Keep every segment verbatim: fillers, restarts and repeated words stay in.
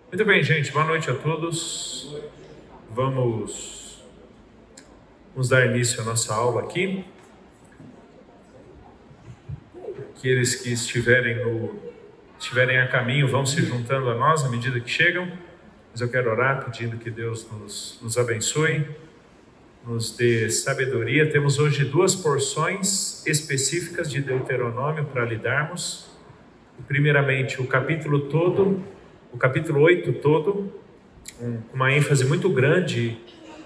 Muito bem, gente. Boa noite a todos. Vamos, vamos dar início à nossa aula aqui. Aqueles que estiverem, no, estiverem a caminho vão se juntando a nós à medida que chegam. Mas eu quero orar pedindo que Deus nos, nos abençoe, nos dê sabedoria. Temos hoje duas porções específicas de Deuteronômio para lidarmos. Primeiramente, o capítulo todo, o capítulo oito todo, com uma ênfase muito grande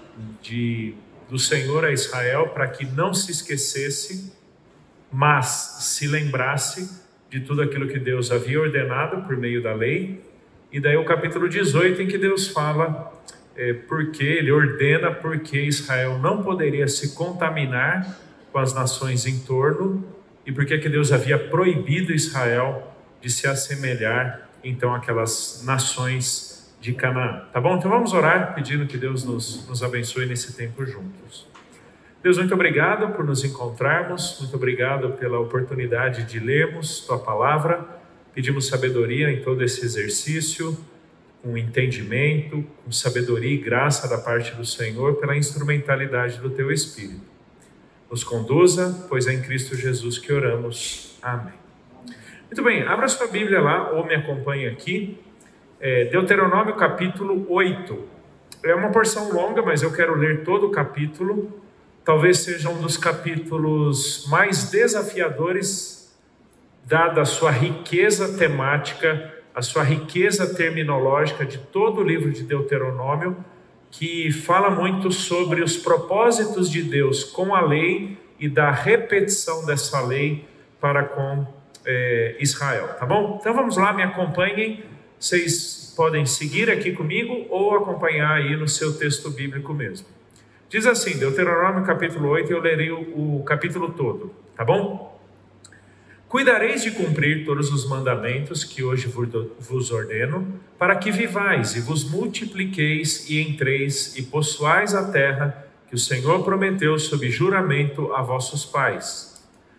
de, do Senhor a Israel, para que não se esquecesse, mas se lembrasse de tudo aquilo que Deus havia ordenado por meio da lei. E daí o capítulo dezoito, em que Deus fala é, porque Ele ordena porque Israel não poderia se contaminar com as nações em torno, e porque que Deus havia proibido Israel de se assemelhar então àquelas nações de Canaã. Tá bom? Então vamos orar pedindo que Deus nos, nos abençoe nesse tempo juntos. Deus, muito obrigado por nos encontrarmos, muito obrigado pela oportunidade de lermos Tua Palavra. Pedimos sabedoria em todo esse exercício, com entendimento, com sabedoria e graça da parte do Senhor pela instrumentalidade do Teu Espírito. Nos conduza, pois é em Cristo Jesus que oramos. Amém. Muito bem, abra sua Bíblia lá ou me acompanhe aqui. É, Deuteronômio capítulo oito. É uma porção longa, mas eu quero ler todo o capítulo. Talvez seja um dos capítulos mais desafiadores, dada a sua riqueza temática, a sua riqueza terminológica de todo o livro de Deuteronômio, que fala muito sobre os propósitos de Deus com a lei e da repetição dessa lei para com é, Israel, tá bom? Então vamos lá, me acompanhem. Vocês podem seguir aqui comigo ou acompanhar aí no seu texto bíblico mesmo. Diz assim, Deuteronômio capítulo oito, eu lerei o, o capítulo todo, tá bom? Cuidareis de cumprir todos os mandamentos que hoje vos ordeno, para que vivais e vos multipliqueis e entreis e possuais a terra que o Senhor prometeu sob juramento a vossos pais.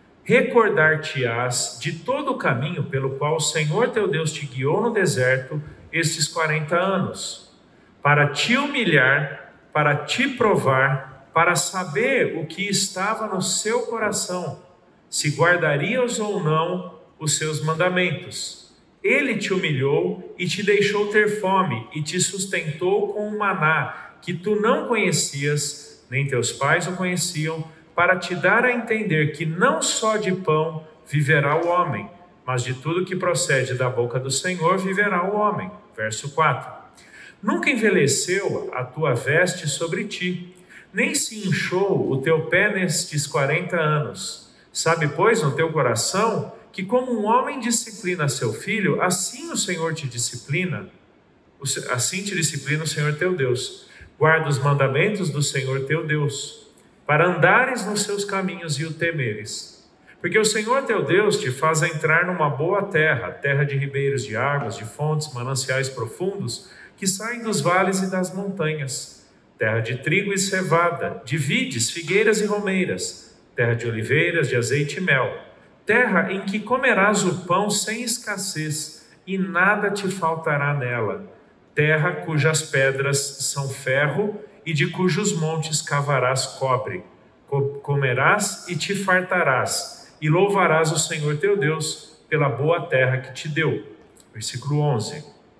Recordar-te-ás de todo o caminho pelo qual o Senhor teu Deus te guiou no deserto estes quarenta anos, para te humilhar, para te provar, para saber o que estava no seu coração, se guardarias ou não os seus mandamentos. Ele te humilhou e te deixou ter fome e te sustentou com um maná que tu não conhecias, nem teus pais o conheciam, para te dar a entender que não só de pão viverá o homem, mas de tudo que procede da boca do Senhor viverá o homem. Verso quatro. Nunca envelheceu a tua veste sobre ti, nem se inchou o teu pé nestes quarenta anos. Sabe, pois, no teu coração, que como um homem disciplina seu filho, assim o Senhor te disciplina, assim te disciplina o Senhor teu Deus. Guarda os mandamentos do Senhor teu Deus, para andares nos seus caminhos e o temeres. Porque o Senhor teu Deus te faz entrar numa boa terra, terra de ribeiros de águas, de fontes, mananciais profundos, que saem dos vales e das montanhas, terra de trigo e cevada, de vides, figueiras e romeiras, terra de oliveiras, de azeite e mel, terra em que comerás o pão sem escassez, e nada te faltará nela, terra cujas pedras são ferro, e de cujos montes cavarás cobre. Comerás e te fartarás, e louvarás o Senhor teu Deus pela boa terra que te deu. Versículo onze.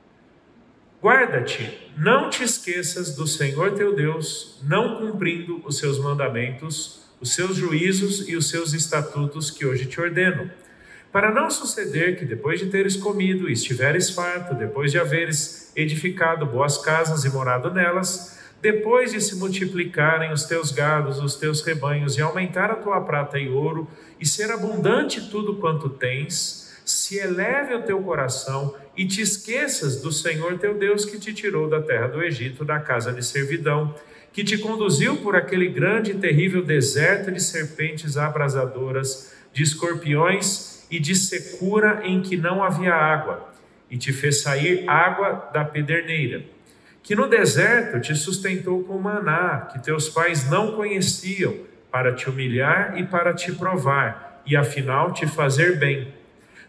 Guarda-te, não te esqueças do Senhor teu Deus, não cumprindo os seus mandamentos, os seus juízos e os seus estatutos que hoje te ordeno, para não suceder que depois de teres comido e estiveres farto, depois de haveres edificado boas casas e morado nelas, depois de se multiplicarem os teus gados, os teus rebanhos, e aumentar a tua prata e ouro, e ser abundante tudo quanto tens, se eleve o teu coração e te esqueças do Senhor teu Deus que te tirou da terra do Egito, da casa de servidão, que te conduziu por aquele grande e terrível deserto de serpentes abrasadoras, de escorpiões e de secura em que não havia água, e te fez sair água da pederneira, que no deserto te sustentou com maná, que teus pais não conheciam, para te humilhar e para te provar, e afinal te fazer bem.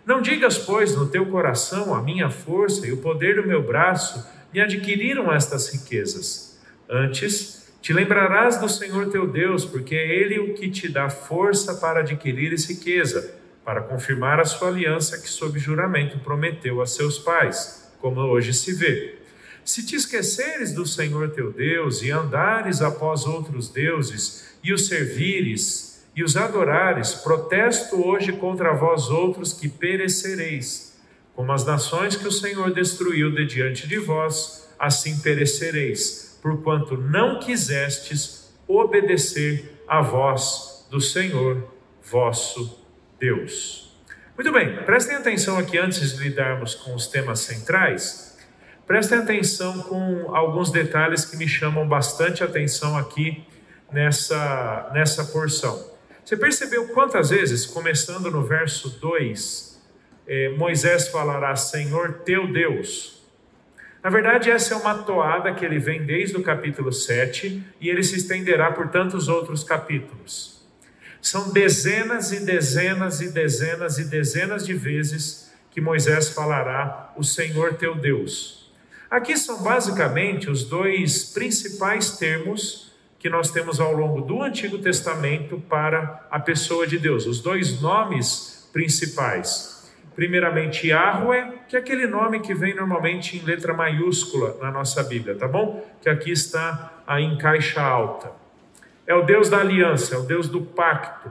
Não digas, pois, no teu coração, a minha força e o poder do meu braço me adquiriram estas riquezas. Antes, te lembrarás do Senhor teu Deus, porque é Ele o que te dá força para adquirir riqueza, para confirmar a sua aliança que sob juramento prometeu a seus pais, como hoje se vê. Se te esqueceres do Senhor teu Deus e andares após outros deuses e os servires e os adorares, protesto hoje contra vós outros que perecereis. Como as nações que o Senhor destruiu de diante de vós, assim perecereis, porquanto não quisestes obedecer à voz do Senhor vosso Deus. Muito bem, prestem atenção aqui antes de lidarmos com os temas centrais. Prestem atenção com alguns detalhes que me chamam bastante atenção aqui nessa, nessa porção. Você percebeu quantas vezes, começando no verso dois, eh, Moisés falará Senhor teu Deus? Na verdade, essa é uma toada que ele vem desde o capítulo sete e ele se estenderá por tantos outros capítulos. São dezenas e dezenas e dezenas e dezenas de vezes que Moisés falará o Senhor teu Deus. Aqui são basicamente os dois principais termos que nós temos ao longo do Antigo Testamento para a pessoa de Deus, os dois nomes principais. Primeiramente, Yahweh, que é aquele nome que vem normalmente em letra maiúscula na nossa Bíblia, tá bom? Que aqui está aí em caixa alta. É o Deus da aliança, é o Deus do pacto,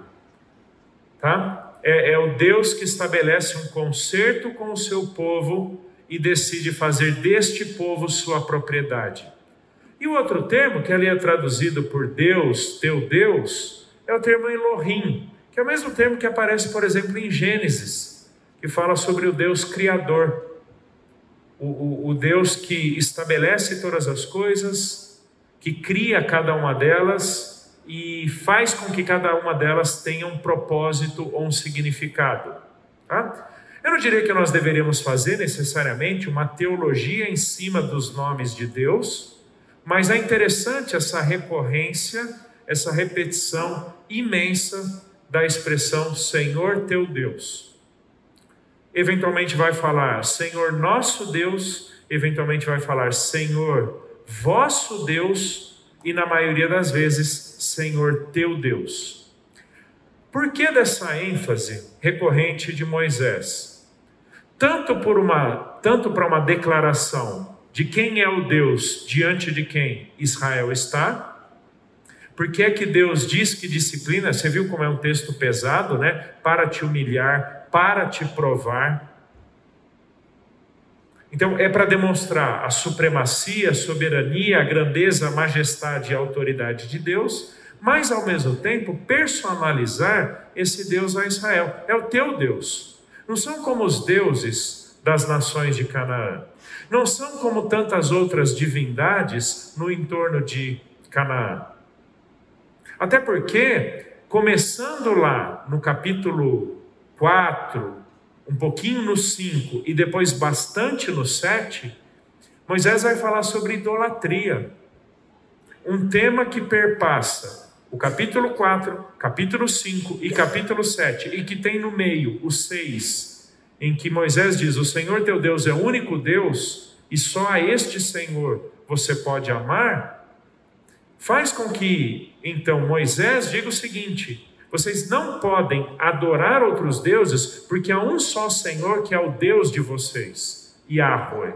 tá? É, é o Deus que estabelece um concerto com o seu povo e decide fazer deste povo sua propriedade. E o outro termo, que ali é traduzido por Deus, teu Deus, é o termo Elohim, que é o mesmo termo que aparece, por exemplo, em Gênesis, que fala sobre o Deus Criador, o, o, o Deus que estabelece todas as coisas, que cria cada uma delas e faz com que cada uma delas tenha um propósito ou um significado, tá? Eu não diria que nós deveríamos fazer necessariamente uma teologia em cima dos nomes de Deus, mas é interessante essa recorrência, essa repetição imensa da expressão Senhor teu Deus. Eventualmente vai falar Senhor nosso Deus, eventualmente vai falar Senhor vosso Deus e na maioria das vezes Senhor teu Deus. Por que dessa ênfase recorrente de Moisés? Tanto, por uma, tanto para uma declaração de quem é o Deus diante de quem Israel está, porque é que Deus diz que disciplina, você viu como é um texto pesado, né? Para te humilhar, para te provar. Então é para demonstrar a supremacia, a soberania, a grandeza, a majestade e a autoridade de Deus, mas ao mesmo tempo personalizar esse Deus a Israel. É o teu Deus. Não são como os deuses das nações de Canaã. Não são como tantas outras divindades no entorno de Canaã. Até porque, começando lá no capítulo quatro, um pouquinho no cinco e depois bastante no sete, Moisés vai falar sobre idolatria. Um tema que perpassa o capítulo quatro, capítulo cinco e capítulo sete, e que tem no meio o seis, em que Moisés diz, o Senhor teu Deus é o único Deus, e só a este Senhor você pode amar, faz com que, então, Moisés diga o seguinte, vocês não podem adorar outros deuses, porque há um só Senhor que é o Deus de vocês, Yahweh.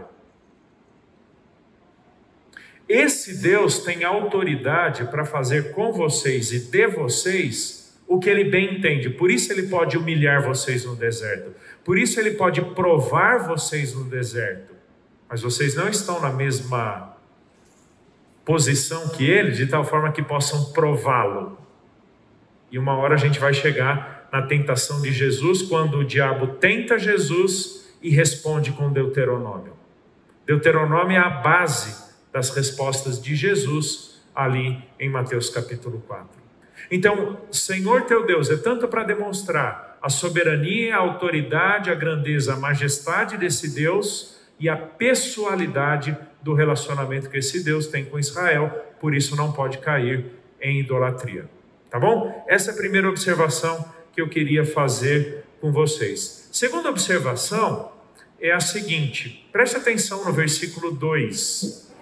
Esse Deus tem autoridade para fazer com vocês e de vocês o que ele bem entende. Por isso ele pode humilhar vocês no deserto. Por isso ele pode provar vocês no deserto. Mas vocês não estão na mesma posição que ele, de tal forma que possam prová-lo. E uma hora a gente vai chegar na tentação de Jesus, quando o diabo tenta Jesus e responde com Deuteronômio. Deuteronômio é a base das respostas de Jesus ali em Mateus capítulo quatro. Então, Senhor teu Deus é tanto para demonstrar a soberania, a autoridade, a grandeza, a majestade desse Deus e a pessoalidade do relacionamento que esse Deus tem com Israel, por isso não pode cair em idolatria. Tá bom? Essa é a primeira observação que eu queria fazer com vocês. Segunda observação é a seguinte, preste atenção no versículo dois.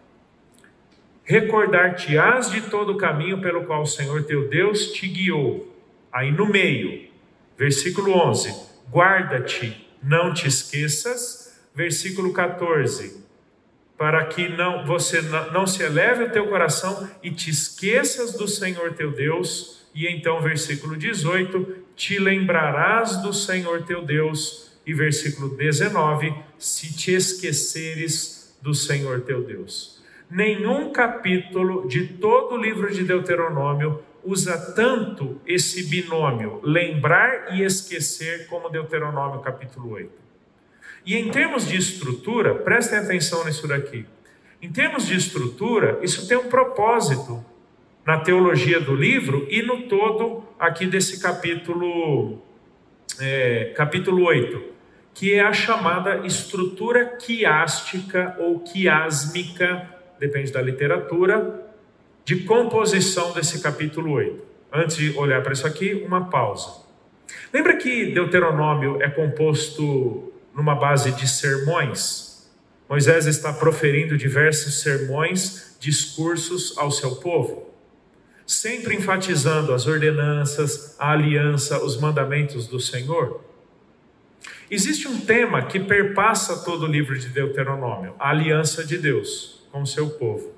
Recordar-te-ás de todo o caminho pelo qual o Senhor teu Deus te guiou. Aí no meio, versículo onze, guarda-te, não te esqueças. Versículo quatorze, para que não, você não, não se eleve o teu coração e te esqueças do Senhor teu Deus. E então versículo dezoito, te lembrarás do Senhor teu Deus. E versículo dezenove, se te esqueceres do Senhor teu Deus. Nenhum capítulo de todo o livro de Deuteronômio usa tanto esse binômio, lembrar e esquecer, como Deuteronômio capítulo oito. E em termos de estrutura, prestem atenção nisso daqui. Em termos de estrutura, isso tem um propósito na teologia do livro e no todo aqui desse capítulo, é, capítulo oito, que é a chamada estrutura quiástica ou quiásmica, depende da literatura, de composição desse capítulo oito. Antes de olhar para isso aqui, uma pausa. Lembra que Deuteronômio é composto numa base de sermões? Moisés está proferindo diversos sermões, discursos ao seu povo, sempre enfatizando as ordenanças, a aliança, os mandamentos do Senhor. Existe um tema que perpassa todo o livro de Deuteronômio, a aliança de Deus com o seu povo.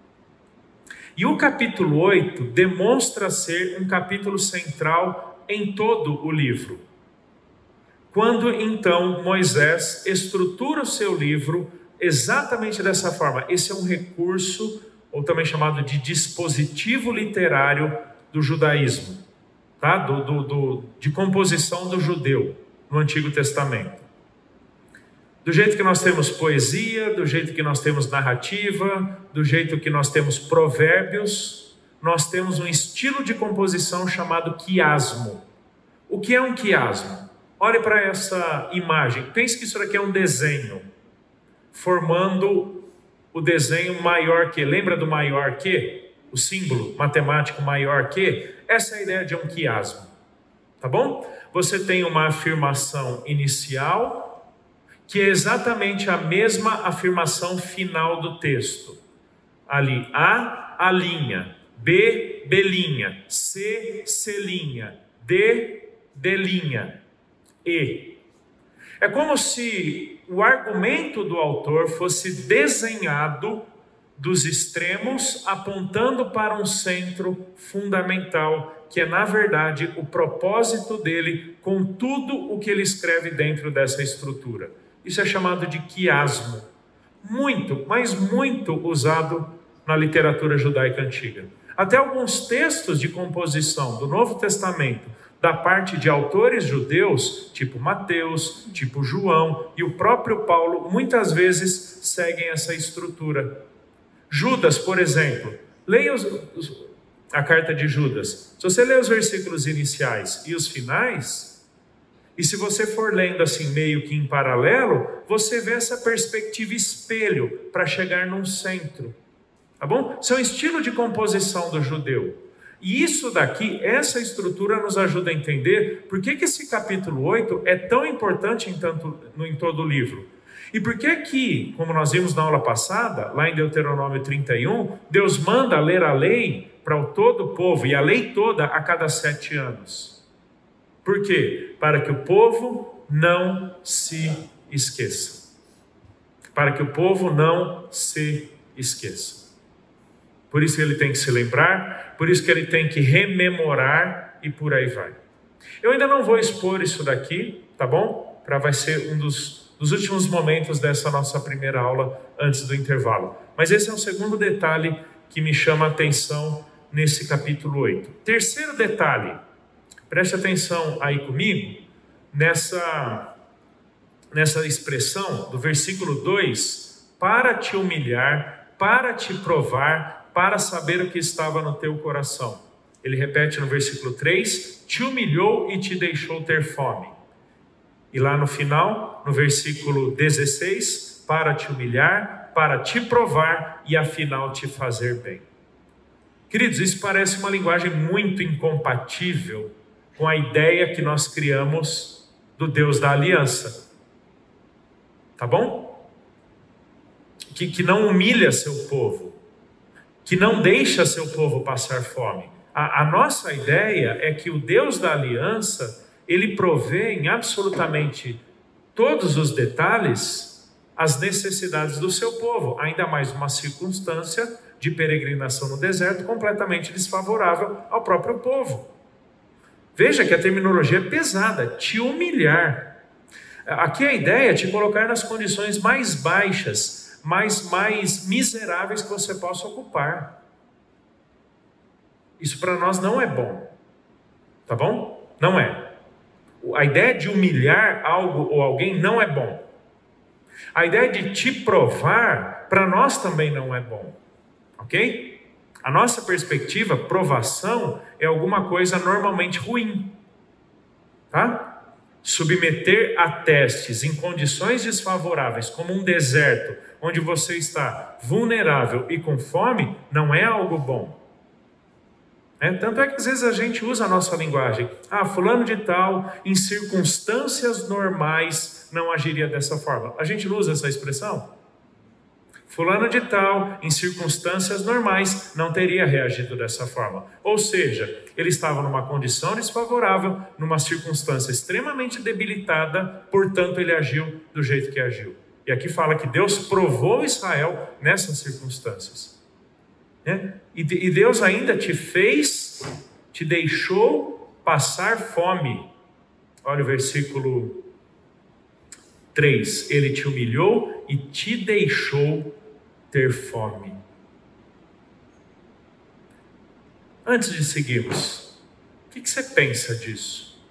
E o capítulo oito demonstra ser um capítulo central em todo o livro. Quando então Moisés estrutura o seu livro exatamente dessa forma. Esse é um recurso, ou também chamado de dispositivo literário do judaísmo, tá? do, do, do, de composição do judeu no Antigo Testamento. Do jeito que nós temos poesia, do jeito que nós temos narrativa, do jeito que nós temos provérbios, nós temos um estilo de composição chamado quiasmo. O que é um quiasmo? Olhe para essa imagem. Pense que isso daqui é um desenho, formando o desenho maior que. Lembra do maior que? O símbolo matemático maior que? Essa é a ideia de um quiasmo. Tá bom? Você tem uma afirmação inicial, que é exatamente a mesma afirmação final do texto. Ali, A, A linha, B, B linha, C, C linha, D, D linha, E. É como se o argumento do autor fosse desenhado dos extremos, apontando para um centro fundamental, que é, na verdade, o propósito dele com tudo o que ele escreve dentro dessa estrutura. Isso é chamado de quiasmo. Muito, mas muito usado na literatura judaica antiga. Até alguns textos de composição do Novo Testamento, da parte de autores judeus, tipo Mateus, tipo João e o próprio Paulo, muitas vezes seguem essa estrutura. Judas, por exemplo, leia os, os, a carta de Judas. Se você ler os versículos iniciais e os finais, e se você for lendo assim meio que em paralelo, você vê essa perspectiva espelho para chegar num centro. Tá bom? Isso é um estilo de composição do judeu. E isso daqui, essa estrutura nos ajuda a entender por que, que esse capítulo oito é tão importante em, tanto, no, em todo o livro. E por que que, como nós vimos na aula passada, lá em Deuteronômio trinta e um, Deus manda ler a lei para o todo o povo, e a lei toda a cada sete anos. Por quê? Para que o povo não se esqueça. Para que o povo não se esqueça. Por isso que ele tem que se lembrar, por isso que ele tem que rememorar e por aí vai. Eu ainda não vou expor isso daqui, tá bom? Para vai ser um dos, dos últimos momentos dessa nossa primeira aula antes do intervalo. Mas esse é um segundo detalhe que me chama a atenção nesse capítulo oito. Terceiro detalhe, preste atenção aí comigo, nessa, nessa expressão do versículo dois, para te humilhar, para te provar, para saber o que estava no teu coração. Ele repete no versículo três, te humilhou e te deixou ter fome. E lá no final, no versículo dezesseis, para te humilhar, para te provar e afinal te fazer bem. Queridos, isso parece uma linguagem muito incompatível com a ideia que nós criamos do Deus da aliança. Tá bom? Que, que não humilha seu povo, que não deixa seu povo passar fome. A, a nossa ideia é que o Deus da aliança, ele provê em absolutamente todos os detalhes as necessidades do seu povo, ainda mais uma circunstância de peregrinação no deserto completamente desfavorável ao próprio povo. Veja que a terminologia é pesada, te humilhar. Aqui a ideia é te colocar nas condições mais baixas, mais, mais miseráveis que você possa ocupar. Isso para nós não é bom, tá bom? Não é. A ideia de humilhar algo ou alguém não é bom. A ideia de te provar, para nós também não é bom, ok? A nossa perspectiva, provação, é alguma coisa normalmente ruim, tá? Submeter a testes em condições desfavoráveis, como um deserto, onde você está vulnerável e com fome, não é algo bom. É, tanto é que às vezes a gente usa a nossa linguagem. Ah, fulano de tal, em circunstâncias normais, não agiria dessa forma. A gente não usa essa expressão? Fulano de tal, em circunstâncias normais, não teria reagido dessa forma. Ou seja, ele estava numa condição desfavorável, numa circunstância extremamente debilitada, portanto ele agiu do jeito que agiu. E aqui fala que Deus provou Israel nessas circunstâncias. É? E Deus ainda te fez, te deixou passar fome. Olha o versículo três. Ele te humilhou e te deixou ter fome. Antes de seguirmos, o que, que você pensa disso?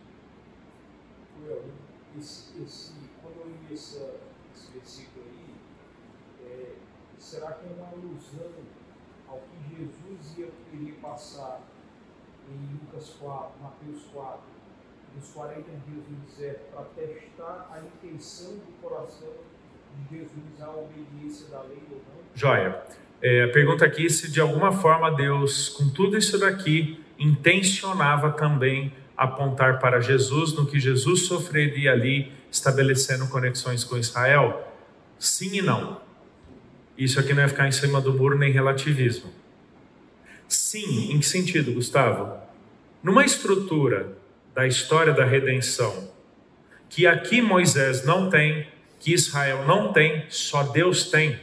Esse, esse, quando eu li esse, esse versículo aí, é, será que é uma alusão ao que Jesus ia, iria passar em Lucas quatro, Mateus quatro, nos quarenta dias no deserto, para testar a intenção do coração de Jesus, a obediência da lei ou não? Joia. É, a pergunta aqui é se de alguma forma Deus, com tudo isso daqui, intencionava também apontar para Jesus, no que Jesus sofreria ali, estabelecendo conexões com Israel. Sim e não. Isso aqui não é ficar em cima do muro nem relativismo. Sim, em que sentido, Gustavo? Numa estrutura da história da redenção, que aqui Moisés não tem, que Israel não tem, só Deus tem.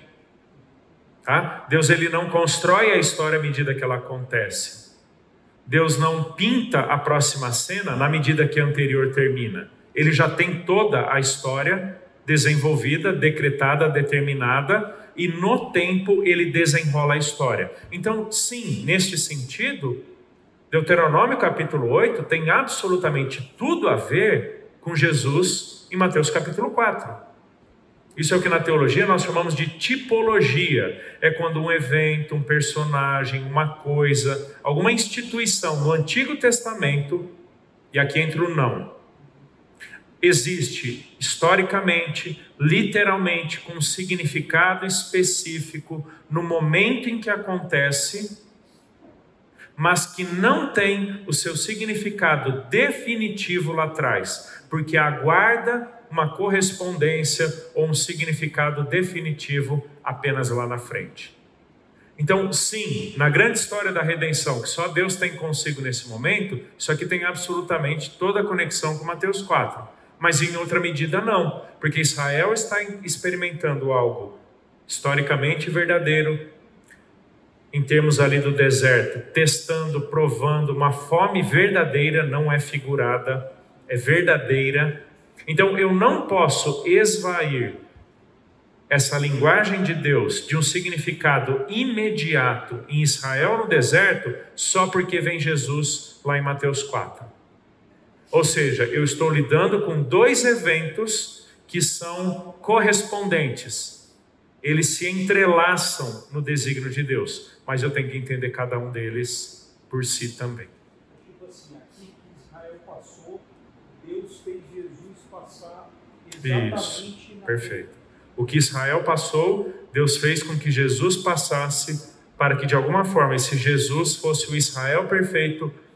Tá? Deus ele não constrói a história à medida que ela acontece. Deus não pinta a próxima cena na medida que a anterior termina. Ele já tem toda a história desenvolvida, decretada, determinada, e no tempo ele desenrola a história. Então, sim, neste sentido, Deuteronômio capítulo oito tem absolutamente tudo a ver com Jesus em Mateus capítulo quatro. Isso é o que na teologia nós chamamos de tipologia. É quando um evento, um personagem, uma coisa, alguma instituição no Antigo Testamento, e aqui entra o não, existe historicamente, literalmente, com um significado específico no momento em que acontece, mas que não tem o seu significado definitivo lá atrás, porque aguarda uma correspondência ou um significado definitivo apenas lá na frente. Então, sim, na grande história da redenção, que só Deus tem consigo nesse momento, isso aqui tem absolutamente toda a conexão com Mateus quatro. Mas em outra medida não, porque Israel está experimentando algo historicamente verdadeiro, em termos ali do deserto, testando, provando, uma fome verdadeira, não é figurada, é verdadeira. Então eu não posso esvair essa linguagem de Deus de um significado imediato em Israel no deserto só porque vem Jesus lá em Mateus quatro. Ou seja, eu estou lidando com dois eventos que são correspondentes. Eles se entrelaçam no desígnio de Deus, mas eu tenho que entender cada um deles por si também. Tipo assim, aqui que Israel passou, Deus fez Jesus passar exatamente Isso, na... perfeito. O que Israel passou, Deus fez com que Jesus passasse, para que de alguma forma esse Jesus fosse o Israel perfeito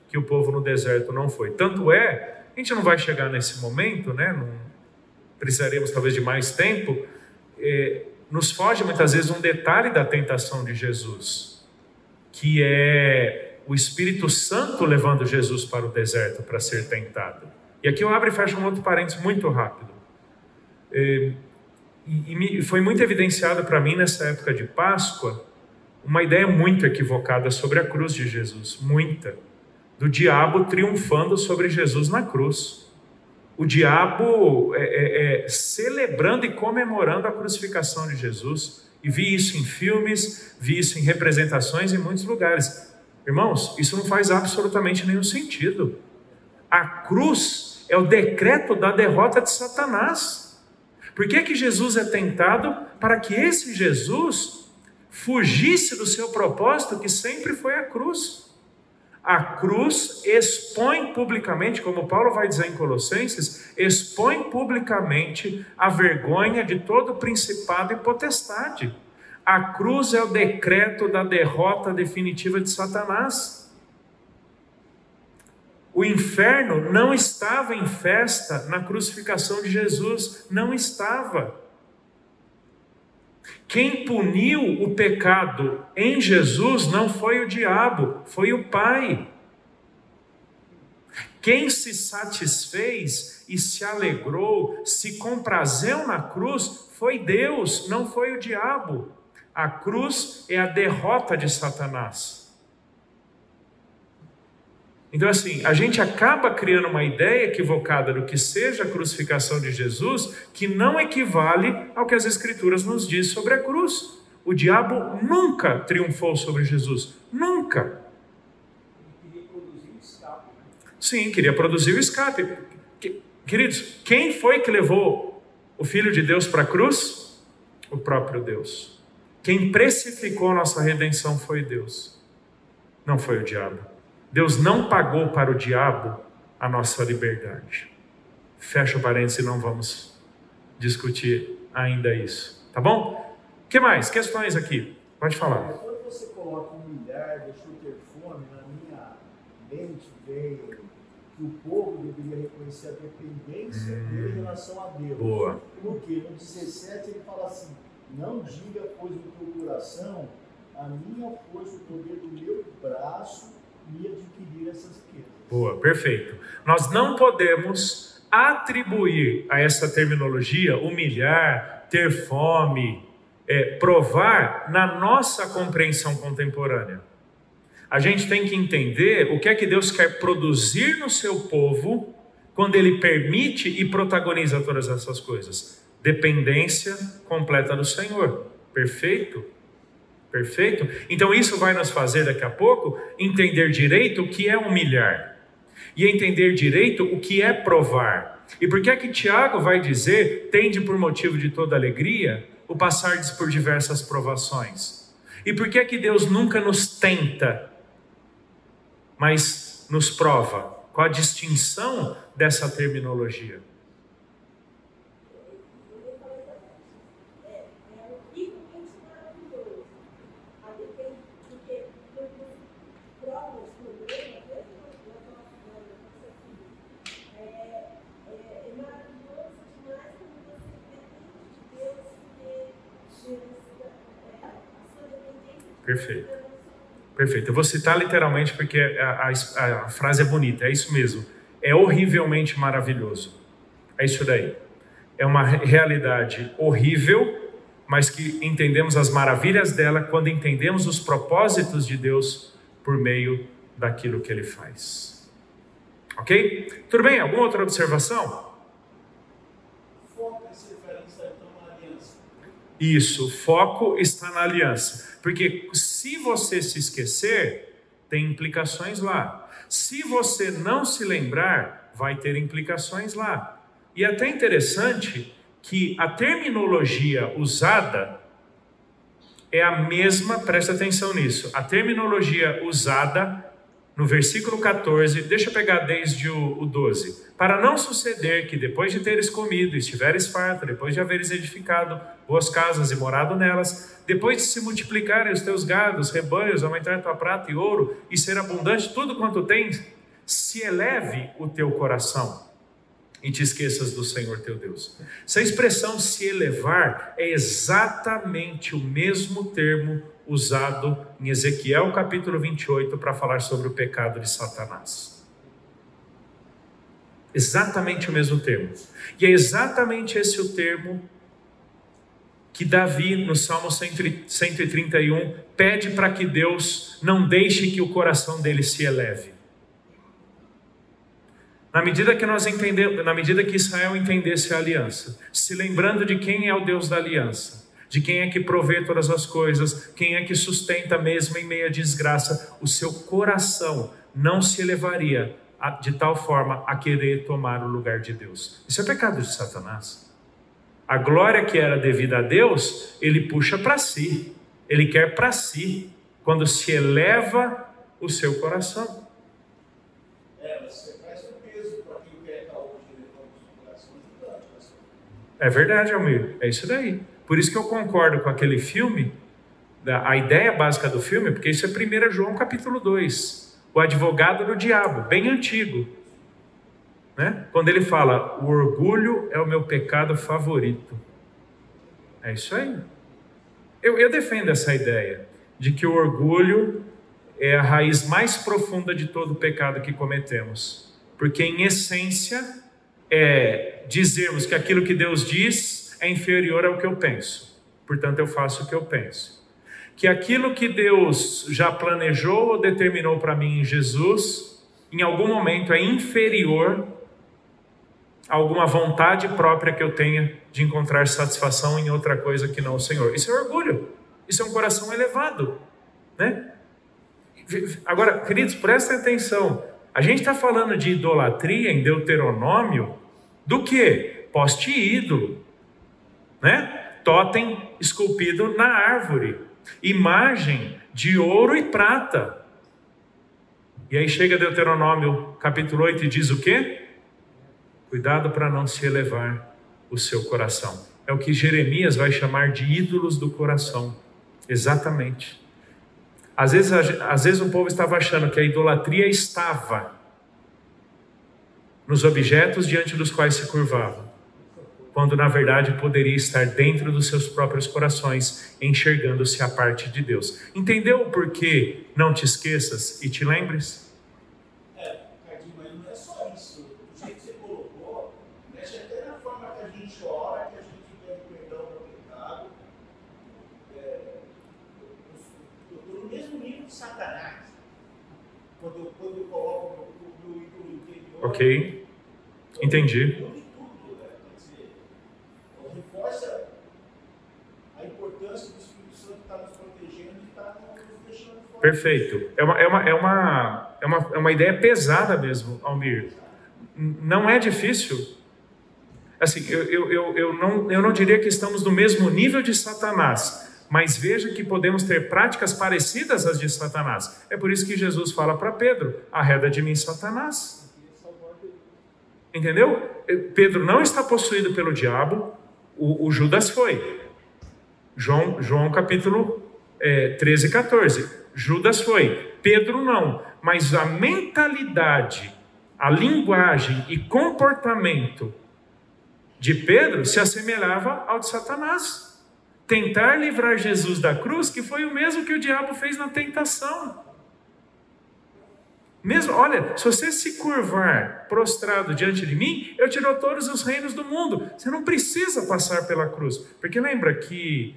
que o povo no deserto não foi. Tanto é, a gente não vai chegar nesse momento, né? Não precisaremos talvez de mais tempo. É, nos foge muitas vezes um detalhe da tentação de Jesus, que é o Espírito Santo levando Jesus para o deserto para ser tentado. E aqui eu abro e fecho um outro parênteses muito rápido. É, e, e foi muito evidenciado para mim nessa época de Páscoa uma ideia muito equivocada sobre a cruz de Jesus, muita, do diabo triunfando sobre Jesus na cruz. O diabo é, é, é, celebrando e comemorando a crucificação de Jesus. E vi isso em filmes, vi isso em representações em muitos lugares. Irmãos, isso não faz absolutamente nenhum sentido. A cruz é o decreto da derrota de Satanás. Por que que Jesus é tentado? Para que esse Jesus fugisse do seu propósito, que sempre foi a cruz. A cruz expõe publicamente, como Paulo vai dizer em Colossenses, expõe publicamente a vergonha de todo principado e potestade. A cruz é o decreto da derrota definitiva de Satanás. O inferno não estava em festa na crucificação de Jesus, não estava. Quem puniu o pecado em Jesus não foi o diabo, foi o Pai. Quem se satisfez e se alegrou, se comprazeu na cruz, foi Deus, não foi o diabo. A cruz é a derrota de Satanás. Então assim, a gente acaba criando uma ideia equivocada do que seja a crucificação de Jesus, que não equivale ao que as Escrituras nos diz sobre a cruz. O diabo nunca triunfou sobre Jesus, nunca. Ele queria produzir o escape. Sim, queria produzir o escape. Queridos, quem foi que levou o Filho de Deus para a cruz? O próprio Deus. Quem precificou nossa redenção foi Deus, não foi o diabo. Deus não pagou para o diabo a nossa liberdade. Fecha o parênteses e não vamos discutir ainda isso. Tá bom? O que mais? Questões aqui? Pode falar. Quando você coloca humilhar, deixou ter fome, na minha mente veio que o povo deveria reconhecer a dependência hum, dele em relação a Deus. Boa. Porque no dezessete ele fala assim: não diga, pois, no teu coração, a minha força, o poder do meu braço e adquirir essas riquezas. Boa, perfeito. Nós não podemos atribuir a essa terminologia humilhar, ter fome, é, provar na nossa compreensão contemporânea. A gente tem que entender o que é que Deus quer produzir no seu povo quando Ele permite e protagoniza todas essas coisas. Dependência completa do Senhor. Perfeito? Perfeito? Então isso vai nos fazer daqui a pouco entender direito o que é humilhar e entender direito o que é provar. E por que é que Tiago vai dizer: tende por motivo de toda alegria o passardes por diversas provações? E por que é que Deus nunca nos tenta, mas nos prova? Qual a distinção dessa terminologia? Perfeito. Perfeito. Eu vou citar literalmente porque a, a, a frase é bonita. É isso mesmo. É horrivelmente maravilhoso. É isso daí. É uma realidade horrível, mas que entendemos as maravilhas dela quando entendemos os propósitos de Deus por meio daquilo que Ele faz. Ok? Tudo bem? Alguma outra observação? Foco essa referência então na aliança. Isso, o foco está na aliança. Porque se você se esquecer, tem implicações lá. Se você não se lembrar, vai ter implicações lá. E é até interessante que a terminologia usada é a mesma, presta atenção nisso, a terminologia usada no versículo catorze, deixa eu pegar desde o, o doze. Para não suceder que depois de teres comido, estiveres farto, depois de haveres edificado boas casas e morado nelas, depois de se multiplicarem os teus gados, rebanhos, aumentar tua prata e ouro, e ser abundante tudo quanto tens, se eleve o teu coração e te esqueças do Senhor teu Deus. Essa expressão se elevar é exatamente o mesmo termo usado em Ezequiel capítulo vinte e oito para falar sobre o pecado de Satanás. Exatamente o mesmo termo. E é exatamente esse o termo que Davi, no Salmo cento e trinta e um, pede para que Deus não deixe que o coração dele se eleve. Na medida que nós entendemos, na medida que Israel entendesse a aliança, se lembrando de quem é o Deus da aliança, de quem é que provê todas as coisas, quem é que sustenta mesmo em meio à desgraça, o seu coração não se elevaria de tal forma a querer tomar o lugar de Deus. Isso é pecado de Satanás. A glória que era devida a Deus, ele puxa para si, ele quer para si, quando se eleva o seu coração. É, você faz o peso para quem peca hoje, levando o coração gigante. É verdade, Almir, é isso daí. Por isso que eu concordo com aquele filme, a ideia básica do filme, porque isso é primeiro João capítulo dois, o advogado do diabo, bem antigo. Né? Quando ele fala, o orgulho é o meu pecado favorito. É isso aí. Eu, eu defendo essa ideia de que o orgulho é a raiz mais profunda de todo o pecado que cometemos. Porque, em essência, é dizermos que aquilo que Deus diz é inferior ao que eu penso. Portanto, eu faço o que eu penso. Que aquilo que Deus já planejou ou determinou para mim em Jesus, em algum momento é inferior a alguma vontade própria que eu tenha de encontrar satisfação em outra coisa que não o Senhor. Isso é orgulho. Isso é um coração elevado, né? Agora, queridos, prestem atenção. A gente está falando de idolatria em Deuteronômio do quê? Poste ídolo, né? Totem esculpido na árvore, imagem de ouro e prata. E aí chega Deuteronômio capítulo oito e diz o quê? Cuidado para não se elevar o seu coração. É o que Jeremias vai chamar de ídolos do coração. Exatamente. Às vezes, às vezes o povo estava achando que a idolatria estava nos objetos diante dos quais se curvavam, quando na verdade poderia estar dentro dos seus próprios corações, enxergando-se a parte de Deus. Entendeu o porquê? Não te esqueças e te lembres? É, Cardinho, mas não é só isso. Do jeito que você colocou, mexe até na forma que a gente ora, que a gente pede perdão do pecado. É, eu estou no mesmo nível de Satanás. Quando eu, quando eu coloco o meu ídolo interior. Ok, entendi. Reforça a importância do Espírito Santo estar nos protegendo e estar nos deixando fora. Perfeito. É uma, é uma, é uma, é uma, é uma ideia pesada mesmo, Almir. Não é difícil. Assim, eu, eu, eu, eu, não, eu não diria que estamos no mesmo nível de Satanás, mas veja que podemos ter práticas parecidas às de Satanás. É por isso que Jesus fala para Pedro, arreda de mim, Satanás. Entendeu? Pedro não está possuído pelo diabo. O, o Judas foi. João, João capítulo é, treze e catorze. Judas foi. Pedro não. Mas a mentalidade, a linguagem e comportamento de Pedro se assemelhava ao de Satanás. Tentar livrar Jesus da cruz, que foi o mesmo que o diabo fez na tentação. Mesmo, olha, se você se curvar prostrado diante de mim, eu te dou todos os reinos do mundo. Você não precisa passar pela cruz. Porque lembra que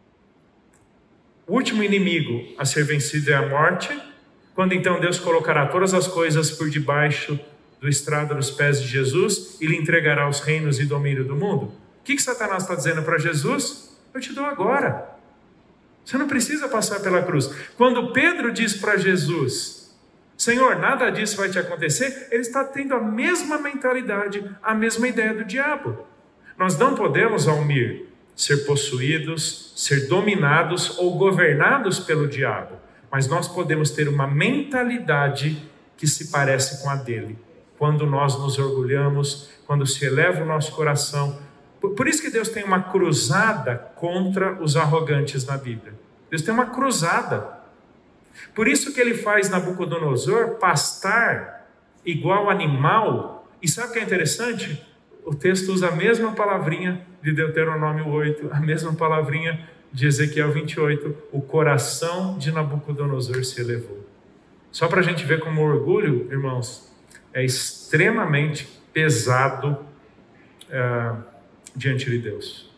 o último inimigo a ser vencido é a morte, quando então Deus colocará todas as coisas por debaixo do estrado dos pés de Jesus e lhe entregará os reinos e domínio do mundo. O que, que Satanás está dizendo para Jesus? Eu te dou agora. Você não precisa passar pela cruz. Quando Pedro diz para Jesus, Senhor, nada disso vai te acontecer, ele está tendo a mesma mentalidade, a mesma ideia do diabo. Nós não podemos, Almir, ser possuídos, ser dominados ou governados pelo diabo, mas nós podemos ter uma mentalidade que se parece com a dele, quando nós nos orgulhamos, quando se eleva o nosso coração. Por, por isso que Deus tem uma cruzada contra os arrogantes na Bíblia. Deus tem uma cruzada. Por isso que ele faz Nabucodonosor pastar igual animal. E sabe o que é interessante? O texto usa a mesma palavrinha de Deuteronômio oito, a mesma palavrinha de Ezequiel vinte e oito. O coração de Nabucodonosor se elevou. Só para a gente ver como o orgulho, irmãos, é extremamente pesado é, diante de Deus.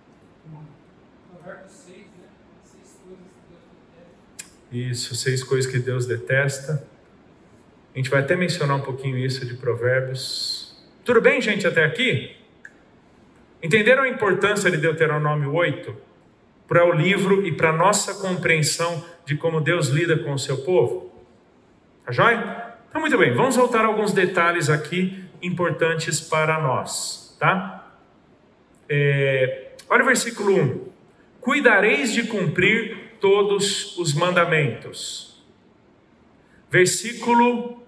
Isso, seis coisas que Deus detesta. A gente vai até mencionar um pouquinho isso de Provérbios. Tudo bem, gente, até aqui? Entenderam a importância de Deuteronômio oito para o livro e para a nossa compreensão de como Deus lida com o seu povo? Tá joia? Então, muito bem, vamos voltar a alguns detalhes aqui importantes para nós, tá? É, olha o versículo um. Cuidareis de cumprir todos os mandamentos. Versículo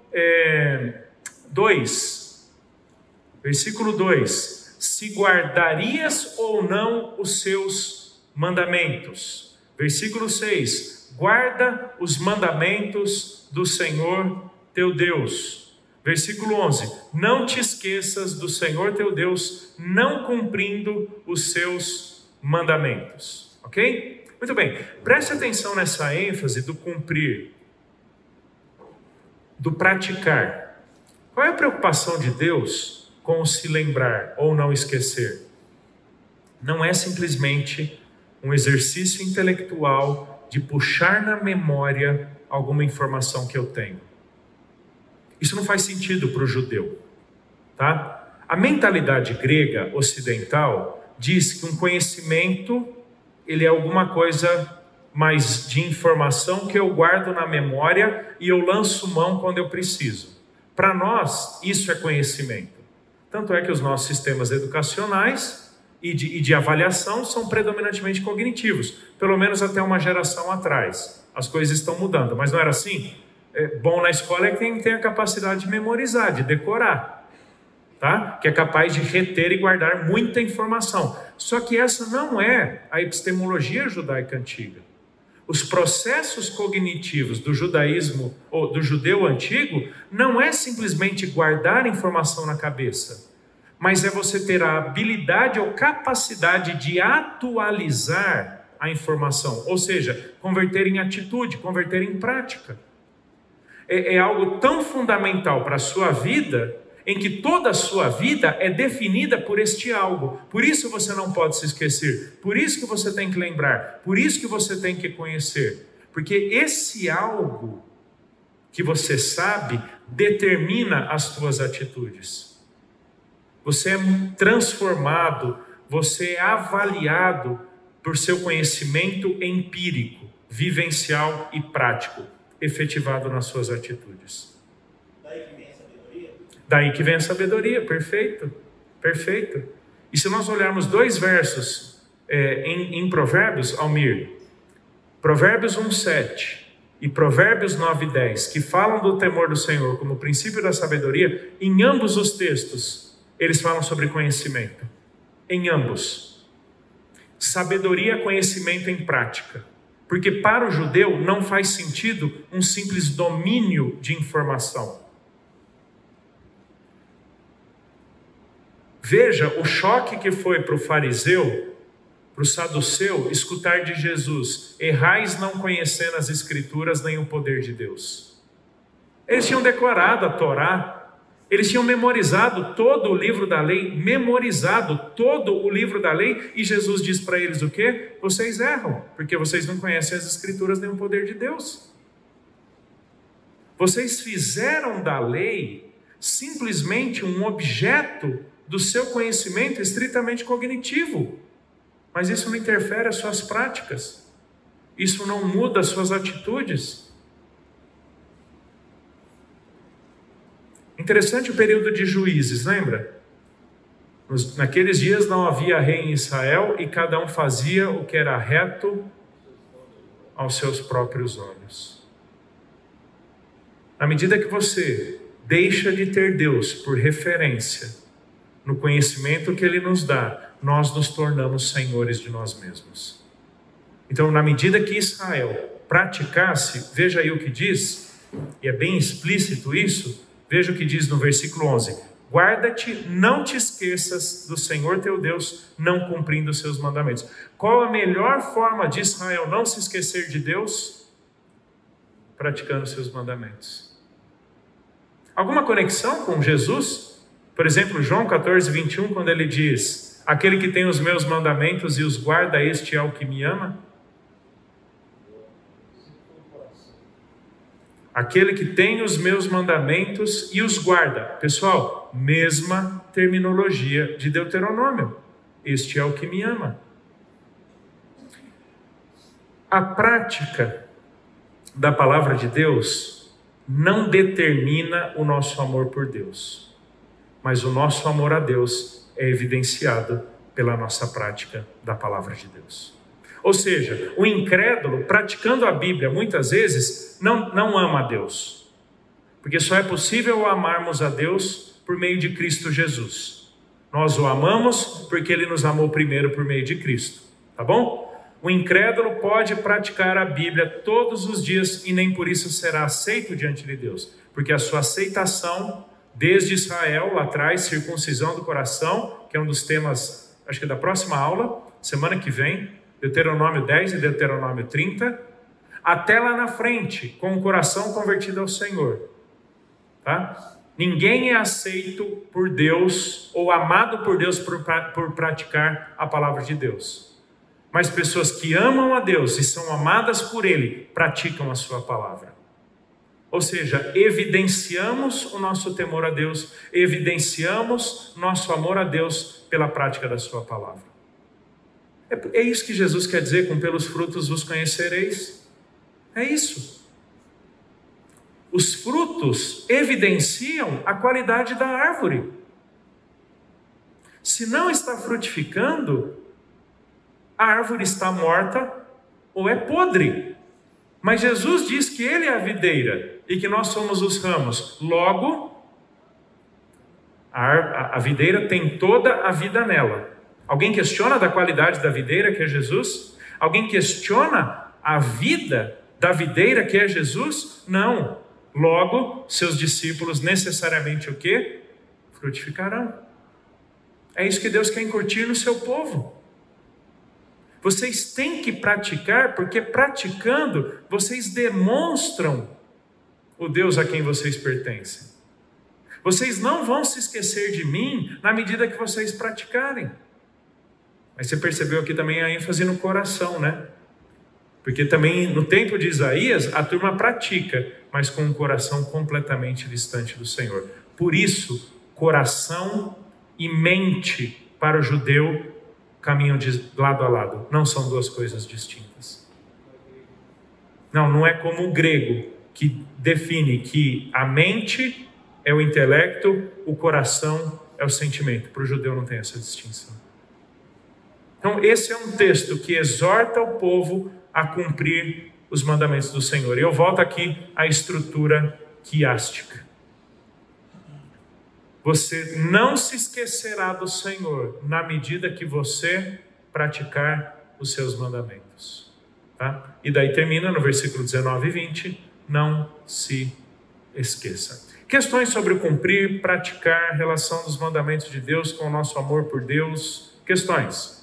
dois. Versículo dois. Se guardarias ou não os seus mandamentos. Versículo seis. Guarda os mandamentos do Senhor teu Deus. Versículo onze. Não te esqueças do Senhor teu Deus, não cumprindo os seus mandamentos. Ok? Muito bem, preste atenção nessa ênfase do cumprir, do praticar. Qual é a preocupação de Deus com o se lembrar ou não esquecer? Não é simplesmente um exercício intelectual de puxar na memória alguma informação que eu tenho. Isso não faz sentido para o judeu, tá? A mentalidade grega ocidental diz que um conhecimento ele é alguma coisa mais de informação que eu guardo na memória e eu lanço mão quando eu preciso. Para nós, isso é conhecimento. Tanto é que os nossos sistemas educacionais e de, e de avaliação são predominantemente cognitivos, pelo menos até uma geração atrás. As coisas estão mudando, mas não era assim? É, bom na escola é quem tem a capacidade de memorizar, de decorar, tá? Que é capaz de reter e guardar muita informação. Só que essa não é a epistemologia judaica antiga. Os processos cognitivos do judaísmo ou do judeu antigo não é simplesmente guardar informação na cabeça, mas é você ter a habilidade ou capacidade de atualizar a informação, ou seja, converter em atitude, converter em prática. É, é algo tão fundamental para a sua vida, em que toda a sua vida é definida por este algo. Por isso você não pode se esquecer, por isso que você tem que lembrar, por isso que você tem que conhecer, porque esse algo que você sabe determina as suas atitudes. Você é transformado, você é avaliado por seu conhecimento empírico, vivencial e prático, efetivado nas suas atitudes. Daí que vem a sabedoria, perfeito, perfeito. E se nós olharmos dois versos é, em, em Provérbios, Almir, Provérbios um, sete e Provérbios nove, dez, que falam do temor do Senhor como princípio da sabedoria, em ambos os textos, eles falam sobre conhecimento. Em ambos. Sabedoria, conhecimento em prática. Porque para o judeu não faz sentido um simples domínio de informação. Veja o choque que foi para o fariseu, para o saduceu, escutar de Jesus: errais não conhecendo as Escrituras nem o poder de Deus. Eles tinham decorado a Torá, eles tinham memorizado todo o livro da lei, memorizado todo o livro da lei, e Jesus diz para eles o quê? Vocês erram, porque vocês não conhecem as Escrituras nem o poder de Deus. Vocês fizeram da lei simplesmente um objeto do seu conhecimento estritamente cognitivo, mas isso não interfere as suas práticas, isso não muda as suas atitudes. Interessante o período de Juízes, lembra? Nos, naqueles dias não havia rei em Israel e cada um fazia o que era reto aos seus próprios olhos. À medida que você deixa de ter Deus por referência no conhecimento que Ele nos dá, nós nos tornamos senhores de nós mesmos. Então, na medida que Israel praticasse, veja aí o que diz, e é bem explícito isso, Veja o que diz no versículo onze: guarda-te, não te esqueças do Senhor teu Deus, não cumprindo os seus mandamentos. Qual a melhor forma de Israel não se esquecer de Deus? Praticando os seus mandamentos. Alguma conexão com Jesus? Por exemplo, João quatorze, vinte e um, quando ele diz: aquele que tem os meus mandamentos e os guarda, este é o que me ama. Aquele que tem os meus mandamentos e os guarda. Pessoal, mesma terminologia de Deuteronômio. Este é o que me ama. A prática da palavra de Deus não determina o nosso amor por Deus, mas o nosso amor a Deus é evidenciado pela nossa prática da palavra de Deus. Ou seja, o incrédulo, praticando a Bíblia, muitas vezes, não, não ama a Deus. Porque só é possível amarmos a Deus por meio de Cristo Jesus. Nós o amamos porque Ele nos amou primeiro por meio de Cristo. Tá bom? O incrédulo pode praticar a Bíblia todos os dias e nem por isso será aceito diante de Deus. Porque a sua aceitação, desde Israel, lá atrás, circuncisão do coração, que é um dos temas, acho que da próxima aula, semana que vem, Deuteronômio dez e Deuteronômio trinta, até lá na frente, com o coração convertido ao Senhor. Tá? Ninguém é aceito por Deus ou amado por Deus por, por praticar a palavra de Deus. Mas pessoas que amam a Deus e são amadas por Ele, praticam a sua palavra. Ou seja, evidenciamos o nosso temor a Deus, evidenciamos nosso amor a Deus pela prática da sua palavra. É isso que Jesus quer dizer com pelos frutos vos conhecereis. É isso. Os frutos evidenciam a qualidade da árvore. Se não está frutificando, a árvore está morta ou é podre. Mas Jesus diz que Ele é a videira e que nós somos os ramos. Logo, a, a videira tem toda a vida nela. Alguém questiona da qualidade da videira que é Jesus? Alguém questiona a vida da videira que é Jesus? Não. Logo, seus discípulos necessariamente o quê? Frutificarão. É isso que Deus quer incutir no seu povo. Vocês têm que praticar, porque praticando, vocês demonstram o Deus a quem vocês pertencem. Vocês não vão se esquecer de mim na medida que vocês praticarem. Mas você percebeu aqui também a ênfase no coração, né? Porque também no tempo de Isaías, a turma pratica, mas com um coração completamente distante do Senhor. Por isso, coração e mente para o judeu caminham de lado a lado. Não são duas coisas distintas. Não, não é como o grego, que define que a mente é o intelecto, o coração é o sentimento. Para o judeu não tem essa distinção. Então, esse é um texto que exorta o povo a cumprir os mandamentos do Senhor. E eu volto aqui à estrutura quiástica. Você não se esquecerá do Senhor na medida que você praticar os seus mandamentos. Tá? E daí termina no versículo dezenove e vinte, não se esqueça. Questões sobre cumprir, praticar, relação dos mandamentos de Deus com o nosso amor por Deus. Questões?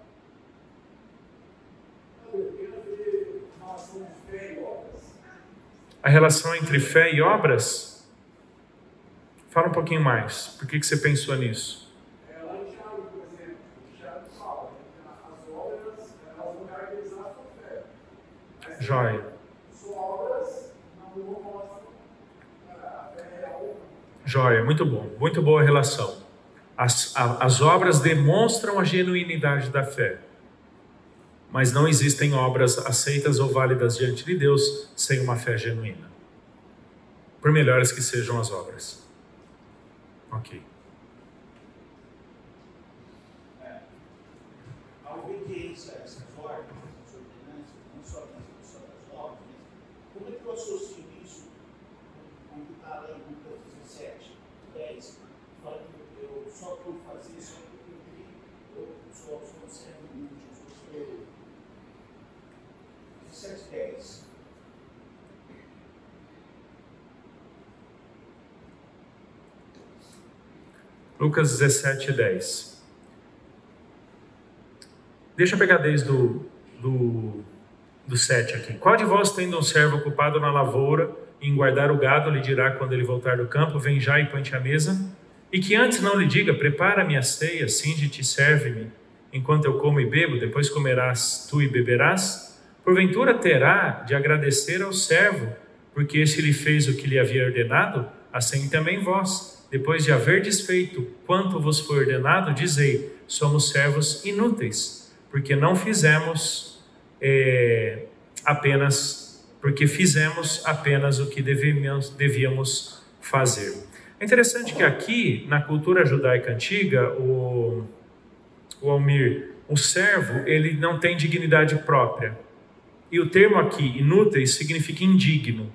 A relação entre fé e obras? Fala um pouquinho mais. Por que, que você pensou nisso? É, lá em Tiago, por exemplo, Tiago fala que as obras, elas vão caracterizar a sua fé. Mas, Joia. suas obras não mostram a fé real. Joia, muito bom. Muito boa relação. As, a, as obras demonstram a genuinidade da fé. Mas não existem obras aceitas ou válidas diante de Deus sem uma fé genuína. Por melhores que sejam as obras. Ok. A obediência a essas ordens, essas ordenanças, não só das obras, como é que eu associo isso com o que está lá em Lucas dezessete, dez? Fala que eu só estou fazendo isso porque eu sou sendo útil, sou dezessete, dez. Lucas dezessete, dez. Deixa eu pegar desde do, do, do sete aqui. Qual de vós, tendo um servo ocupado na lavoura, em guardar o gado, lhe dirá quando ele voltar do campo, vem já e põe-te à mesa? E que antes não lhe diga, prepara-me a ceia, cinge-te e serve-me, enquanto eu como e bebo, depois comerás tu e beberás? Porventura terá de agradecer ao servo, porque este lhe fez o que lhe havia ordenado? Assim também vós, depois de haver desfeito quanto vos foi ordenado, dizei, somos servos inúteis, porque não fizemos é, apenas, porque fizemos apenas o que devíamos, devíamos fazer. É interessante que aqui, na cultura judaica antiga, o, o Almir, o servo, ele não tem dignidade própria. E o termo aqui, inúteis, significa indigno.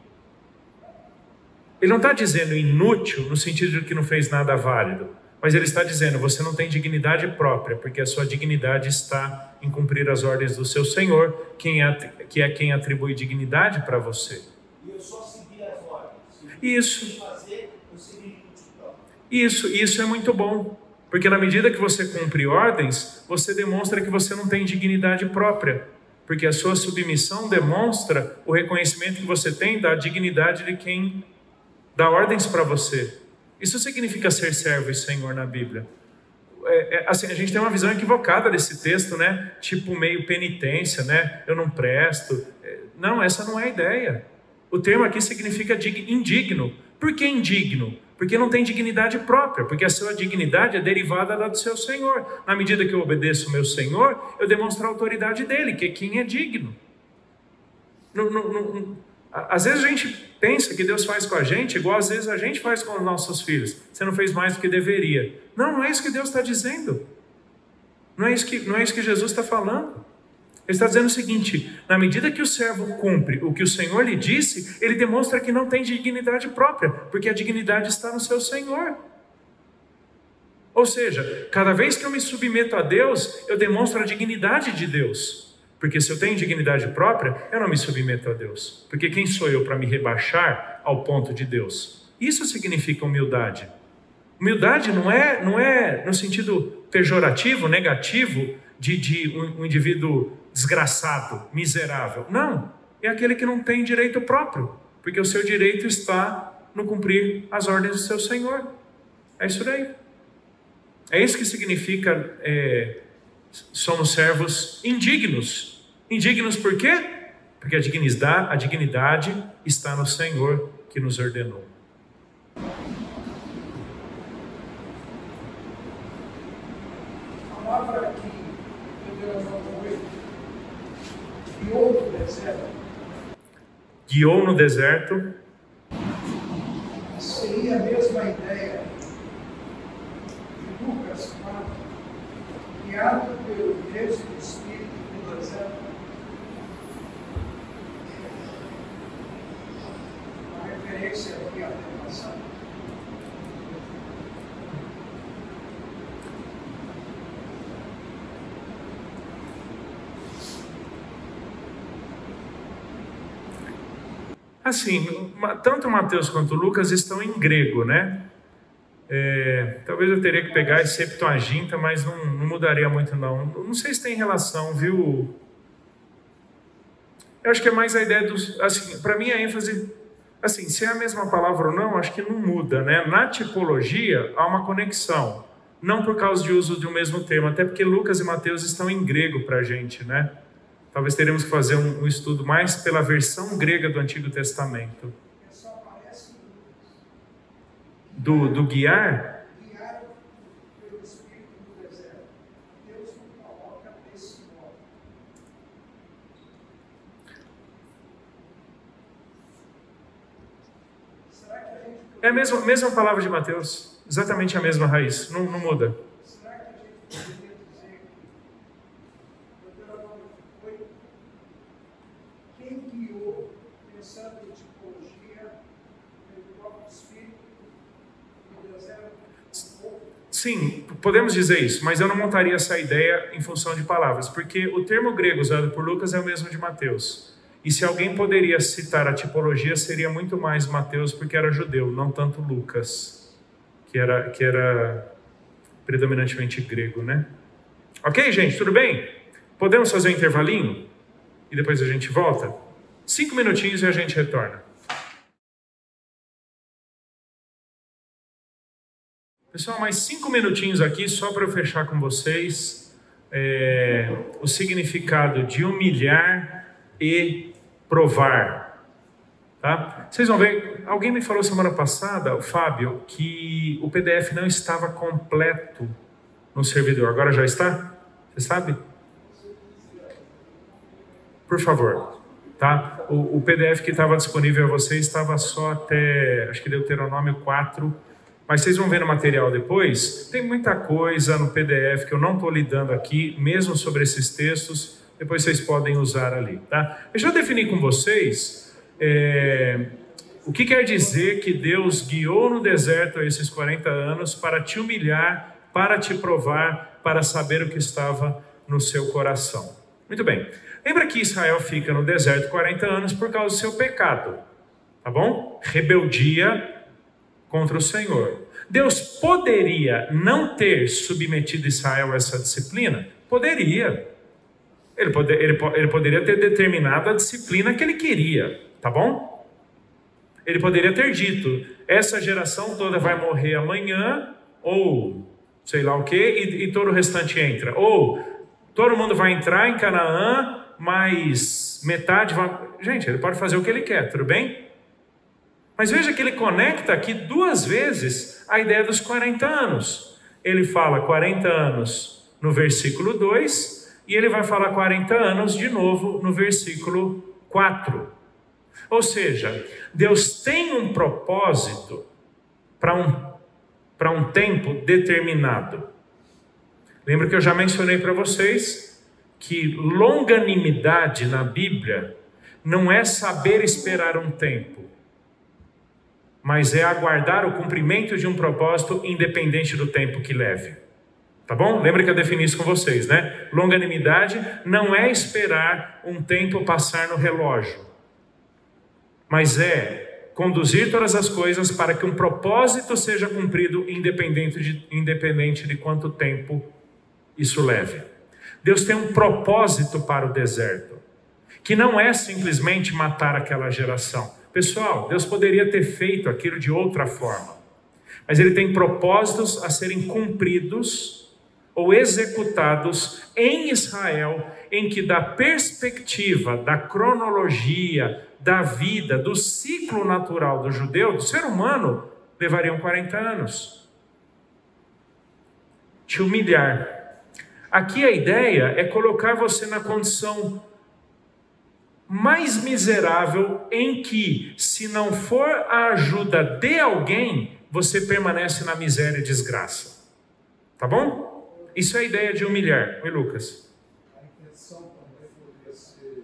Ele não está dizendo inútil no sentido de que não fez nada válido, mas ele está dizendo, você não tem dignidade própria, porque a sua dignidade está em cumprir as ordens do seu Senhor, quem é, que é quem atribui dignidade para você. E eu só segui as ordens. Isso. Fazer, eu segui inútil. Isso, isso é muito bom, porque na medida que você cumpre ordens, você demonstra que você não tem dignidade própria, porque a sua submissão demonstra o reconhecimento que você tem da dignidade de quem dá ordens para você. Isso significa ser servo e senhor na Bíblia. É, é, assim, a gente tem uma visão equivocada desse texto, né? Tipo meio penitência, né? Eu não presto. É, não, essa não é a ideia. O termo aqui significa indigno. Por que indigno? Porque não tem dignidade própria, porque a sua dignidade é derivada da do seu Senhor. Na medida que eu obedeço o meu Senhor, eu demonstro a autoridade dele, que é quem é digno. Não, não, não, às vezes a gente pensa que Deus faz com a gente igual às vezes a gente faz com os nossos filhos. Você não fez mais do que deveria. Não, não é isso que Deus está dizendo. Não é isso que, não é isso que Jesus está falando. Ele está dizendo o seguinte, na medida que o servo cumpre o que o Senhor lhe disse, ele demonstra que não tem dignidade própria, porque a dignidade está no seu Senhor. Ou seja, cada vez que eu me submeto a Deus, eu demonstro a dignidade de Deus. Porque se eu tenho dignidade própria, eu não me submeto a Deus. Porque quem sou eu para me rebaixar ao ponto de Deus? Isso significa humildade. Humildade não é, não é no sentido pejorativo, negativo, de, de um, um indivíduo desgraçado, miserável. Não, é aquele que não tem direito próprio. Porque o seu direito está no cumprir as ordens do seu Senhor. É isso daí. É isso que significa... É, somos servos indignos. Indignos por quê? Porque a dignidade, a dignidade está no Senhor que nos ordenou. A palavra aqui, guiou no deserto. Guiou no deserto. Seria a mesma ideia de Lucas quatro. Guiado pelo Deus do Espírito do deserto. Uma referência aqui à passado. Assim, tanto Mateus quanto Lucas estão em grego, né? É, talvez eu teria que pegar esse Septuaginta, mas não, não mudaria muito não. Não sei se tem relação, viu? Eu acho que é mais a ideia dos... Assim, para mim a ênfase... Assim, se é a mesma palavra ou não, acho que não muda, né? Na tipologia há uma conexão. Não por causa de uso de um mesmo termo, até porque Lucas e Mateus estão em grego para a gente, né? Talvez teremos que fazer um, um estudo mais pela versão grega do Antigo Testamento. Do, do guiar? Guiar pelo Espírito no deserto. Deus não coloca desse modo. Será que a gente... É a mesma, mesma palavra de Mateus. Exatamente a mesma raiz. Não, não muda. Será que a gente poderia dizer que Deuteronômio foi quem guiou, pensando em tipologia, pelo próprio Espírito? Sim, podemos dizer isso, mas eu não montaria essa ideia em função de palavras, porque o termo grego usado por Lucas é o mesmo de Mateus. E se alguém poderia citar a tipologia, seria muito mais Mateus, porque era judeu, não tanto Lucas, que era, que era predominantemente grego, né? Ok, gente, tudo bem? Podemos fazer um intervalinho? E depois a gente volta? Cinco minutinhos e a gente retorna. Pessoal, mais cinco minutinhos aqui só para eu fechar com vocês é, o significado de humilhar e provar. Tá? Vocês vão ver, alguém me falou semana passada, o Fábio, que o P D F não estava completo no servidor. Agora já está? Você sabe? Por favor. Tá? O, o P D F que estava disponível a vocês estava só até, acho que Deuteronômio quatro. Mas vocês vão ver no material depois, tem muita coisa no P D F que eu não estou lidando aqui, mesmo sobre esses textos, depois vocês podem usar ali, tá? Deixa eu definir com vocês é, o que quer dizer que Deus guiou no deserto esses quarenta anos para te humilhar, para te provar, para saber o que estava no seu coração. Muito bem. Lembra que Israel fica no deserto quarenta anos por causa do seu pecado, tá bom? Rebeldia contra o Senhor. Deus poderia não ter submetido Israel a essa disciplina? Poderia. Ele, pode, ele, ele poderia ter determinado a disciplina que ele queria, tá bom? Ele poderia ter dito, essa geração toda vai morrer amanhã, ou sei lá o que, e, e todo o restante entra. Ou todo mundo vai entrar em Canaã, mas metade vai... Gente, ele pode fazer o que ele quer, tudo bem? Mas veja que ele conecta aqui duas vezes a ideia dos quarenta anos. Ele fala quarenta anos no versículo dois e ele vai falar quarenta anos de novo no versículo quatro. Ou seja, Deus tem um propósito para um, para um tempo determinado. Lembra que eu já mencionei para vocês que longanimidade na Bíblia não é saber esperar um tempo, mas é aguardar o cumprimento de um propósito independente do tempo que leve. Tá bom? Lembra que eu defini isso com vocês, né? Longanimidade não é esperar um tempo passar no relógio, mas é conduzir todas as coisas para que um propósito seja cumprido independente de, independente de quanto tempo isso leve. Deus tem um propósito para o deserto, que não é simplesmente matar aquela geração. Pessoal, Deus poderia ter feito aquilo de outra forma, mas Ele tem propósitos a serem cumpridos ou executados em Israel, em que da perspectiva, da cronologia, da vida, do ciclo natural do judeu, do ser humano, levariam quarenta anos. Te humilhar. Aqui a ideia é colocar você na condição mais miserável, em que, se não for a ajuda de alguém, você permanece na miséria e desgraça. Tá bom? Isso é a ideia de humilhar. Oi, Lucas. A intenção também poderia ser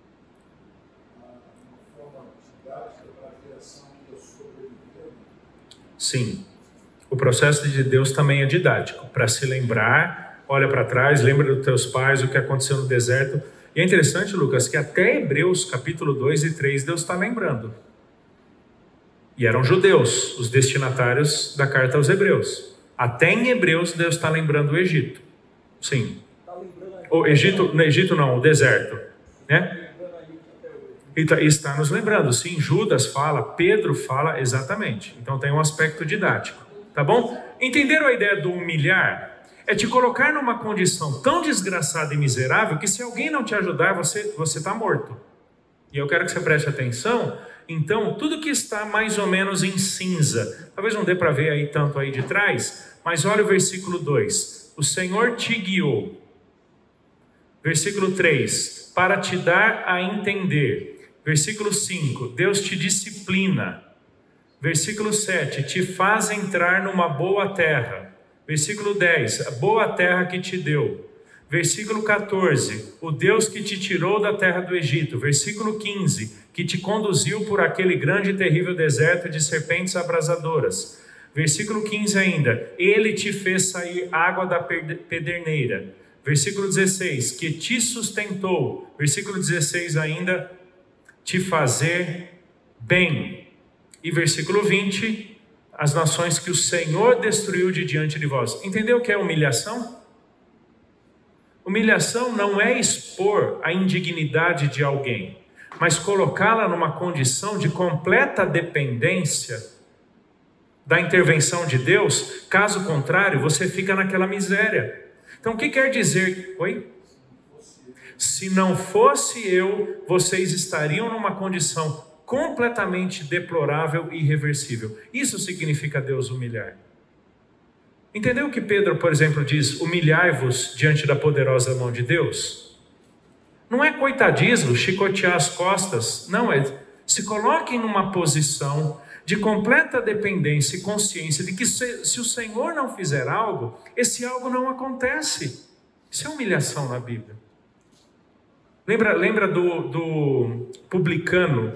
uma forma didática para a geração que eu sobreviveu. Sim. O processo de Deus também é didático, para se lembrar, olha para trás, lembra dos teus pais, o que aconteceu no deserto. E é interessante, Lucas, que até Hebreus capítulo dois e três Deus está lembrando. E eram judeus, os destinatários da carta aos Hebreus. Até em Hebreus Deus está lembrando o Egito. Sim. O Egito, no Egito não, o deserto. Né? E está nos lembrando. Sim, Judas fala, Pedro fala, exatamente. Então tem um aspecto didático. Tá bom? Entenderam a ideia do humilhar? É te colocar numa condição tão desgraçada e miserável que se alguém não te ajudar, você você está morto. E eu quero que você preste atenção. Então, tudo que está mais ou menos em cinza, talvez não dê para ver aí tanto aí de trás, mas olha o versículo dois. O Senhor te guiou. Versículo três. Para te dar a entender. Versículo cinco. Deus te disciplina. Versículo sete. Te faz entrar numa boa terra. Versículo dez, a boa terra que te deu. Versículo quatorze, o Deus que te tirou da terra do Egito. Versículo quinze, que te conduziu por aquele grande e terrível deserto de serpentes abrasadoras. Versículo quinze ainda, ele te fez sair água da pederneira. Versículo dezesseis, que te sustentou. Versículo dezesseis ainda, te fazer bem. E versículo vinte, as nações que o Senhor destruiu de diante de vós. Entendeu o que é humilhação? Humilhação não é expor a indignidade de alguém, mas colocá-la numa condição de completa dependência da intervenção de Deus. Caso contrário, você fica naquela miséria. Então, o que quer dizer? Oi? Se não fosse eu, vocês estariam numa condição completamente deplorável e irreversível. Isso significa Deus humilhar. Entendeu o que Pedro, por exemplo, diz? Humilhai-vos diante da poderosa mão de Deus. Não é coitadismo, chicotear as costas. Não, é se coloquem numa posição de completa dependência e consciência de que se, se o Senhor não fizer algo, esse algo não acontece. Isso é humilhação na Bíblia. Lembra, lembra do, do publicano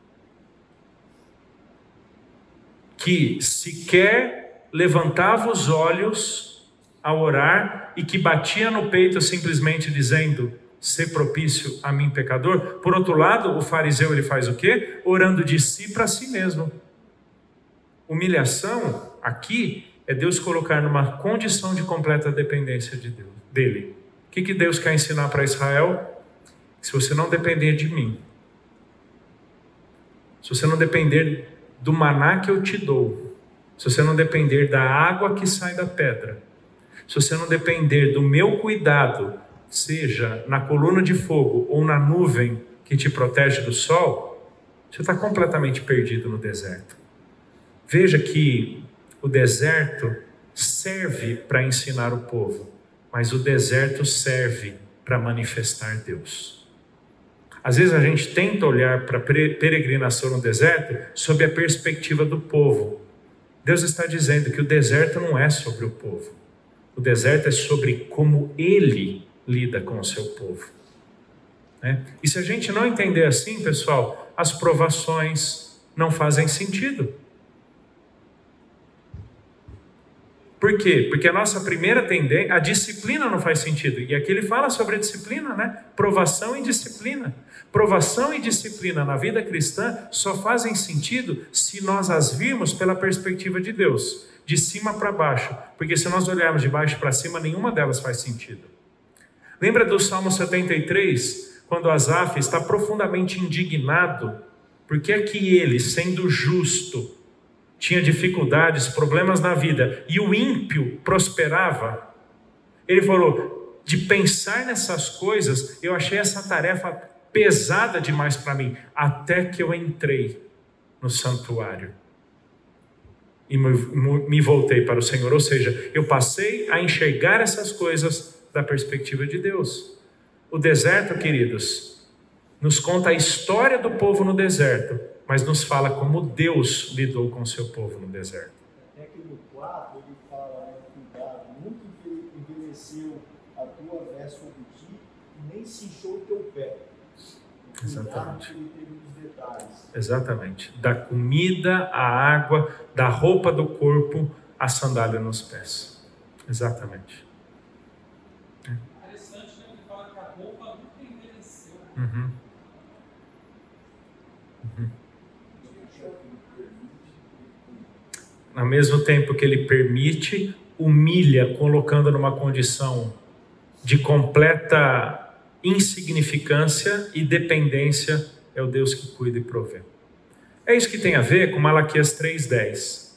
que sequer levantava os olhos ao orar e que batia no peito simplesmente dizendo: ser propício a mim pecador? Por outro lado, o fariseu, ele faz o quê? Orando de si para si mesmo. Humilhação aqui é Deus colocar numa condição de completa dependência de Deus, dele. O que, que Deus quer ensinar para Israel? Se você não depender de mim, se você não depender do maná que eu te dou, se você não depender da água que sai da pedra, se você não depender do meu cuidado, seja na coluna de fogo ou na nuvem que te protege do sol, você está completamente perdido no deserto. Veja que o deserto serve para ensinar o povo, mas o deserto serve para manifestar Deus. Às vezes a gente tenta olhar para a peregrinação no deserto sob a perspectiva do povo. Deus está dizendo que o deserto não é sobre o povo. O deserto é sobre como Ele lida com o seu povo. Né? E se a gente não entender assim, pessoal, as provações não fazem sentido. Por quê? Porque a nossa primeira tendência, a disciplina não faz sentido. E aqui ele fala sobre a disciplina, né? Provação e disciplina. Provação e disciplina na vida cristã só fazem sentido se nós as virmos pela perspectiva de Deus, de cima para baixo. Porque se nós olharmos de baixo para cima, nenhuma delas faz sentido. Lembra do Salmo setenta e três, quando Asaf está profundamente indignado, porque é que ele, sendo justo, tinha dificuldades, problemas na vida, e o ímpio prosperava? Ele falou: de pensar nessas coisas, eu achei essa tarefa pesada demais para mim, até que eu entrei no santuário e me voltei para o Senhor. Ou seja, eu passei a enxergar essas coisas da perspectiva de Deus. O deserto, queridos, nos conta a história do povo no deserto, mas nos fala como Deus lidou com o seu povo no deserto. Até que no quatro ele fala, né, cuidado, nunca envelheceu a tua veste sobre ti, nem se inchou o teu pé. Exatamente. Cuidado com os detalhes. Exatamente. Da comida, à água, da roupa do corpo, à sandália nos pés. Exatamente. Interessante, né? Ele fala que a roupa nunca envelheceu. Uhum. Uhum. Ao mesmo tempo que ele permite, humilha, colocando numa condição de completa insignificância e dependência. É o Deus que cuida e provê. É isso que tem a ver com Malaquias três, dez.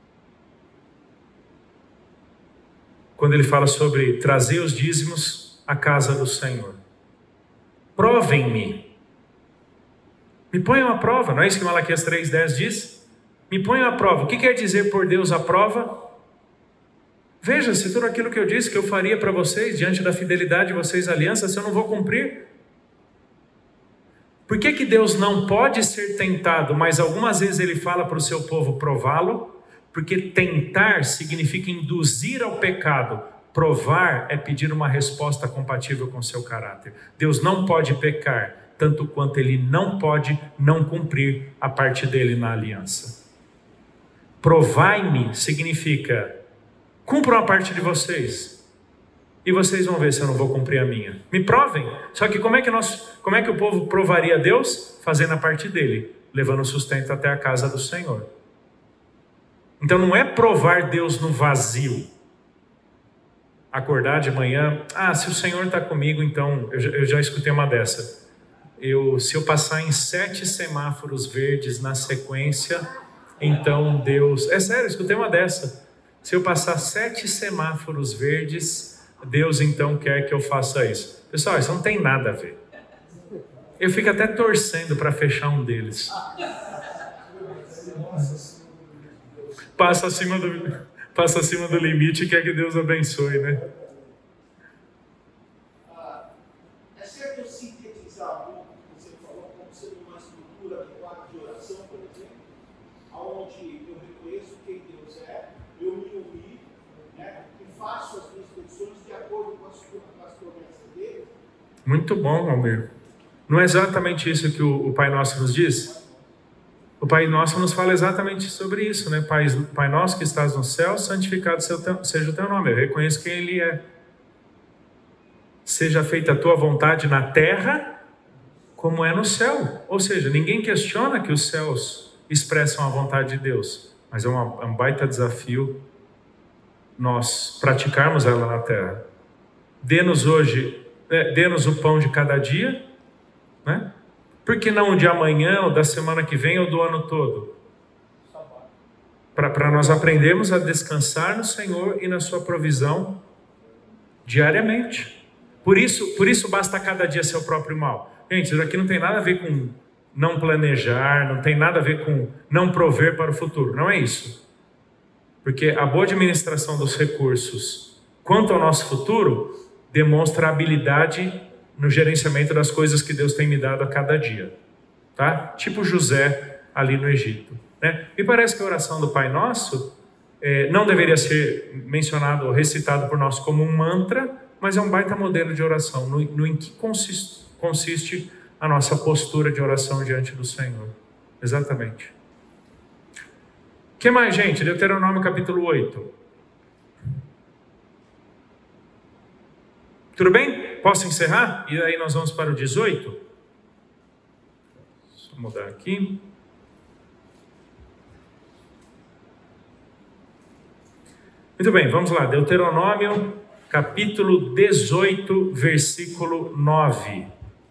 Quando ele fala sobre trazer os dízimos à casa do Senhor. Provem-me. Me ponham à prova, não é isso que Malaquias três, dez diz? Me ponham à prova. O que quer dizer por Deus à prova? Veja se tudo aquilo que eu disse que eu faria para vocês, diante da fidelidade de vocês à aliança, se eu não vou cumprir. Por que que Deus não pode ser tentado, mas algumas vezes ele fala para o seu povo prová-lo? Porque tentar significa induzir ao pecado. Provar é pedir uma resposta compatível com o seu caráter. Deus não pode pecar, tanto quanto ele não pode não cumprir a parte dele na aliança. Provai-me significa: cumpram a parte de vocês, e vocês vão ver se eu não vou cumprir a minha. Me provem. Só que como é que, nós, como é que o povo provaria a Deus? Fazendo a parte dele, levando o sustento até a casa do Senhor. Então não é provar Deus no vazio. Acordar de manhã, ah, se o Senhor está comigo, então, eu já, eu já escutei uma dessa. Eu, se eu passar em sete semáforos verdes na sequência, então Deus... É sério, eu escutei uma dessa. Se eu passar sete semáforos verdes, Deus então quer que eu faça isso. Pessoal, isso não tem nada a ver. Eu fico até torcendo para fechar um deles. Passa acima do, passa acima do limite e quer que Deus abençoe, né? Ah, é certo eu sintetizar o que você falou como sendo uma estrutura adequada de oração, por exemplo, onde eu reconheço quem Deus é, eu me humilho, né, e faço as minhas petições de acordo com as, com as promessas dele. Muito bom, Almir. Não é exatamente isso que o, o Pai Nosso nos diz? O Pai Nosso nos fala exatamente sobre isso, né? Pai, Pai Nosso que estás no céu, santificado seja o teu nome. Eu reconheço quem Ele é. Seja feita a tua vontade na terra, como é no céu. Ou seja, ninguém questiona que os céus expressam a vontade de Deus. Mas é, uma, é um baita desafio nós praticarmos ela na terra. Dê-nos hoje, é, dê-nos o pão de cada dia, né? Por que não o de amanhã, ou da semana que vem, ou do ano todo? Para nós aprendermos a descansar no Senhor e na sua provisão diariamente. Por isso, por isso basta cada dia seu próprio mal. Gente, isso aqui não tem nada a ver com não planejar, não tem nada a ver com não prover para o futuro. Não é isso. Porque a boa administração dos recursos quanto ao nosso futuro demonstra a habilidade no gerenciamento das coisas que Deus tem me dado a cada dia, tá? Tipo José ali no Egito, né? Me parece que a oração do Pai Nosso é, não deveria ser mencionado ou recitado por nós como um mantra, mas é um baita modelo de oração, no, no em que consiste, consiste a nossa postura de oração diante do Senhor. Exatamente. O que mais, gente? Deuteronômio capítulo oito. Tudo bem? Posso encerrar? E aí nós vamos para o dezoito. Deixa eu mudar aqui. Muito bem, vamos lá. Deuteronômio, capítulo dezoito, versículo nove.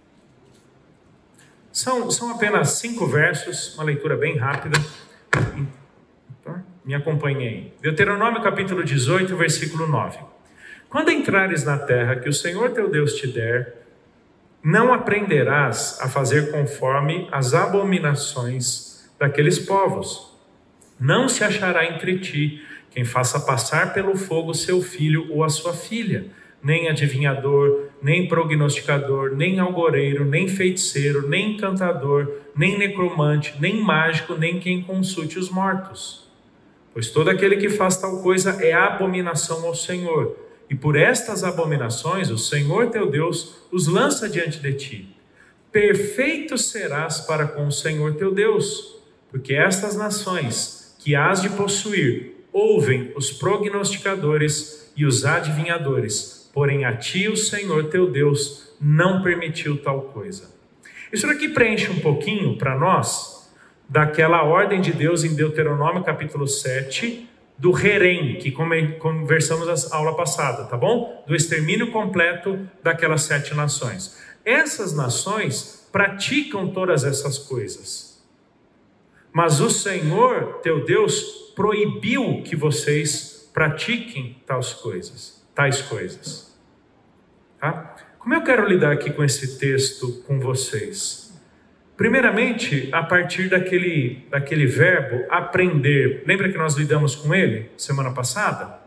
São, são apenas cinco versos, uma leitura bem rápida. Tá? Me acompanhe aí. Deuteronômio, capítulo dezoito, versículo nove. Quando entrares na terra que o Senhor teu Deus te der, não aprenderás a fazer conforme as abominações daqueles povos. Não se achará entre ti quem faça passar pelo fogo seu filho ou a sua filha, nem adivinhador, nem prognosticador, nem algoreiro, nem feiticeiro, nem encantador, nem necromante, nem mágico, nem quem consulte os mortos. Pois todo aquele que faz tal coisa é abominação ao Senhor. E por estas abominações o Senhor teu Deus os lança diante de ti. Perfeito serás para com o Senhor teu Deus, porque estas nações que hás de possuir ouvem os prognosticadores e os adivinhadores, porém a ti o Senhor teu Deus não permitiu tal coisa. Isso aqui preenche um pouquinho para nós daquela ordem de Deus em Deuteronômio capítulo sete, do herém, que conversamos na aula passada, tá bom? Do extermínio completo daquelas sete nações. Essas nações praticam todas essas coisas, mas o Senhor, teu Deus, proibiu que vocês pratiquem tais coisas, tais coisas. Tá? Como eu quero lidar aqui com esse texto com vocês? Primeiramente, a partir daquele, daquele verbo aprender. Lembra que nós lidamos com ele semana passada?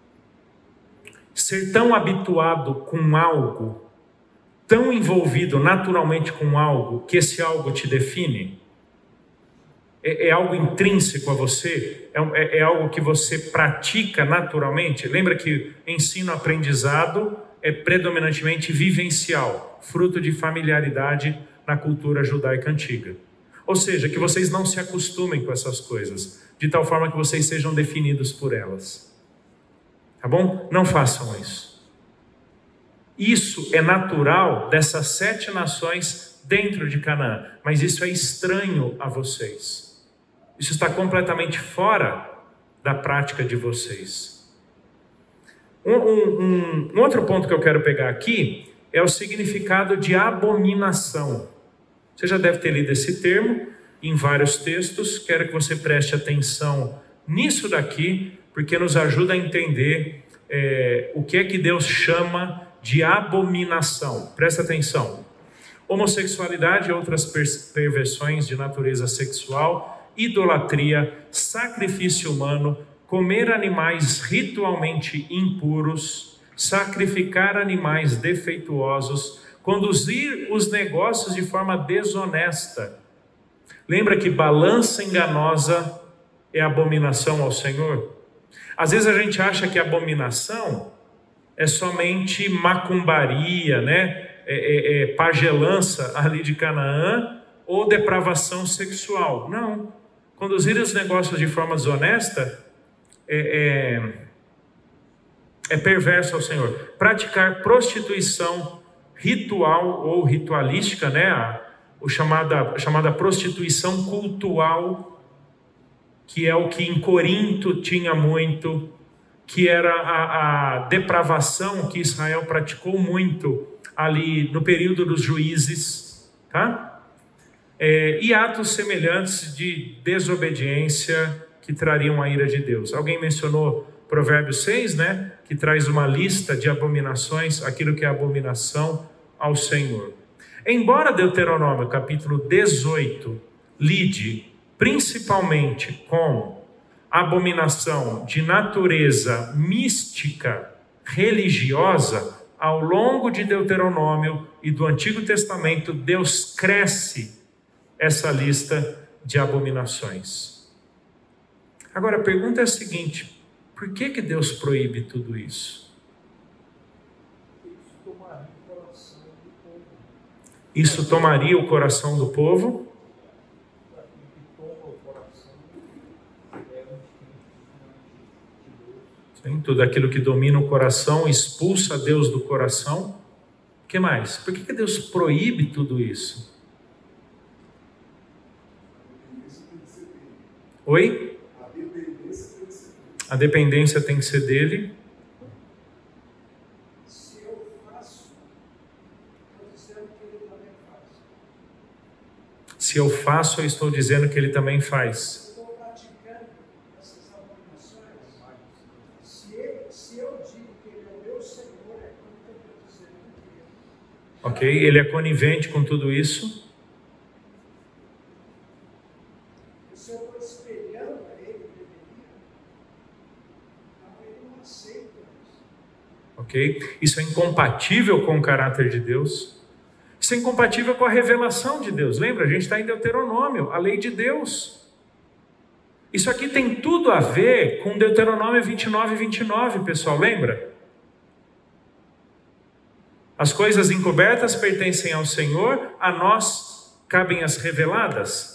Ser tão habituado com algo, tão envolvido naturalmente com algo, que esse algo te define. É, é algo intrínseco a você, é, é, é algo que você pratica naturalmente. Lembra que ensino-aprendizado é predominantemente vivencial, fruto de familiaridade na cultura judaica antiga. Ou seja, que vocês não se acostumem com essas coisas, de tal forma que vocês sejam definidos por elas. Tá bom? Não façam isso. Isso é natural dessas sete nações dentro de Canaã, mas isso é estranho a vocês. Isso está completamente fora da prática de vocês. Um, um, um, um outro ponto que eu quero pegar aqui é o significado de abominação. Você já deve ter lido esse termo em vários textos. Quero que você preste atenção nisso daqui, porque nos ajuda a entender é, o que é que Deus chama de abominação. Presta atenção. Homossexualidade e outras perversões de natureza sexual, idolatria, sacrifício humano, comer animais ritualmente impuros, sacrificar animais defeituosos, conduzir os negócios de forma desonesta. Lembra que balança enganosa é abominação ao Senhor? Às vezes a gente acha que abominação é somente macumbaria, né? é, é, é pagelança ali de Canaã ou depravação sexual. Não. Conduzir os negócios de forma desonesta é, é, é perverso ao Senhor. Praticar prostituição ritual ou ritualística, né? A, o chamada, a chamada prostituição cultural, que é o que em Corinto tinha muito, que era a, a depravação que Israel praticou muito ali no período dos juízes, tá? É, e atos semelhantes de desobediência que trariam a ira de Deus. Alguém mencionou Provérbios seis, né? Que traz uma lista de abominações, aquilo que é abominação ao Senhor. Embora Deuteronômio capítulo dezoito lide principalmente com abominação de natureza mística, religiosa, ao longo de Deuteronômio e do Antigo Testamento, Deus cresce essa lista de abominações. Agora a pergunta é a seguinte: por que que Deus proíbe tudo isso? Isso tomaria o coração do povo? Sim, tudo aquilo que domina o coração expulsa Deus do coração. O que mais? Por que que Deus proíbe tudo isso? Oi? A dependência tem que ser dele. Se eu faço, eu estou dizendo que ele também faz. Se eu faço, eu estou dizendo que ele também faz. Estou praticando essas abominações. Se, ele, se eu digo que ele é o meu Senhor, é como eu estou dizendo que ele. Ok? Ele é conivente com tudo isso. Se eu estou espelhando a ele, deveria. Então ele não aceita isso. Ok? Isso é incompatível com o caráter de Deus. Isso é incompatível com a revelação de Deus. Lembra? A gente está em Deuteronômio, a lei de Deus. Isso aqui tem tudo a ver com Deuteronômio vinte e nove, vinte e nove, pessoal, lembra? As coisas encobertas pertencem ao Senhor, a nós cabem as reveladas.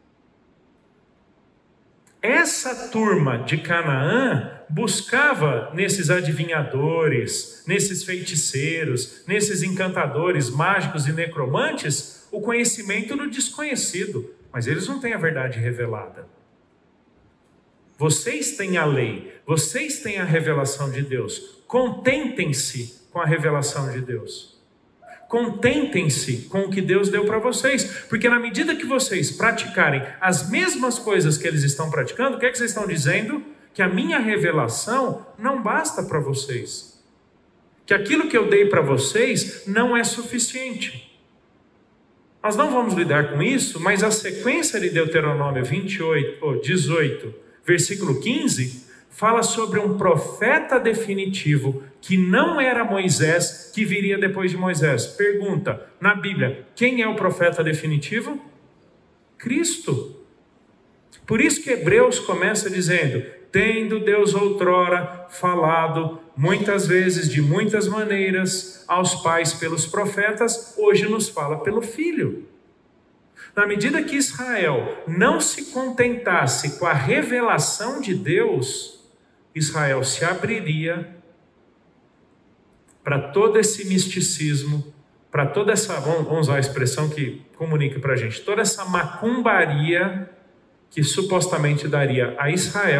Essa turma de Canaã buscava nesses adivinhadores, nesses feiticeiros, nesses encantadores mágicos e necromantes o conhecimento do desconhecido, mas eles não têm a verdade revelada. Vocês têm a lei, vocês têm a revelação de Deus. Contentem-se com a revelação de Deus. Contentem-se com o que Deus deu para vocês, porque na medida que vocês praticarem as mesmas coisas que eles estão praticando, o que é que vocês estão dizendo? Que a minha revelação não basta para vocês. Que aquilo que eu dei para vocês não é suficiente. Nós não vamos lidar com isso, mas a sequência de Deuteronômio vinte e oito, ou dezoito, versículo quinze, fala sobre um profeta definitivo que não era Moisés, que viria depois de Moisés. Pergunta, na Bíblia, quem é o profeta definitivo? Cristo. Por isso que Hebreus começa dizendo: tendo Deus outrora falado muitas vezes, de muitas maneiras, aos pais pelos profetas, hoje nos fala pelo Filho. Na medida que Israel não se contentasse com a revelação de Deus, Israel se abriria para todo esse misticismo, para toda essa, vamos usar a expressão que comunica para a gente, toda essa macumbaria que supostamente daria a Israel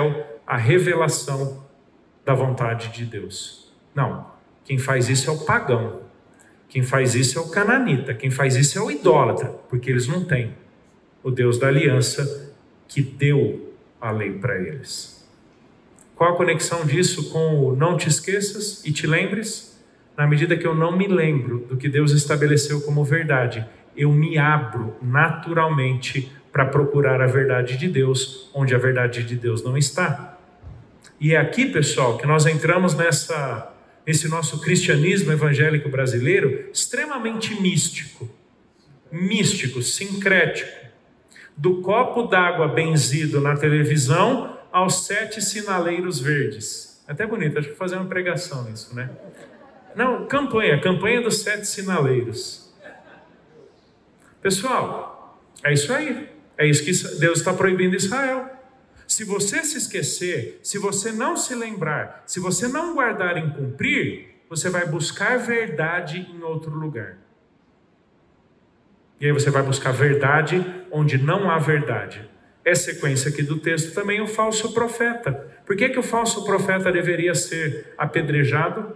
a revelação da vontade de Deus. Não, quem faz isso é o pagão, quem faz isso é o cananita, quem faz isso é o idólatra, porque eles não têm o Deus da aliança que deu a lei para eles. Qual a conexão disso com o não te esqueças e te lembres? Na medida que eu não me lembro do que Deus estabeleceu como verdade, eu me abro naturalmente para procurar a verdade de Deus, onde a verdade de Deus não está. E é aqui, pessoal, que nós entramos nessa, nesse nosso cristianismo evangélico brasileiro extremamente místico, místico, sincrético. Do copo d'água benzido na televisão aos sete sinaleiros verdes. Até bonito, acho que vou fazer uma pregação nisso, né? Não, campanha, campanha dos sete sinaleiros. Pessoal, é isso aí. É isso que Deus está proibindo Israel. Se você se esquecer, se você não se lembrar, se você não guardar em cumprir, você vai buscar verdade em outro lugar. E aí você vai buscar verdade onde não há verdade. É sequência aqui do texto também o falso profeta. Por que que o falso profeta deveria ser apedrejado?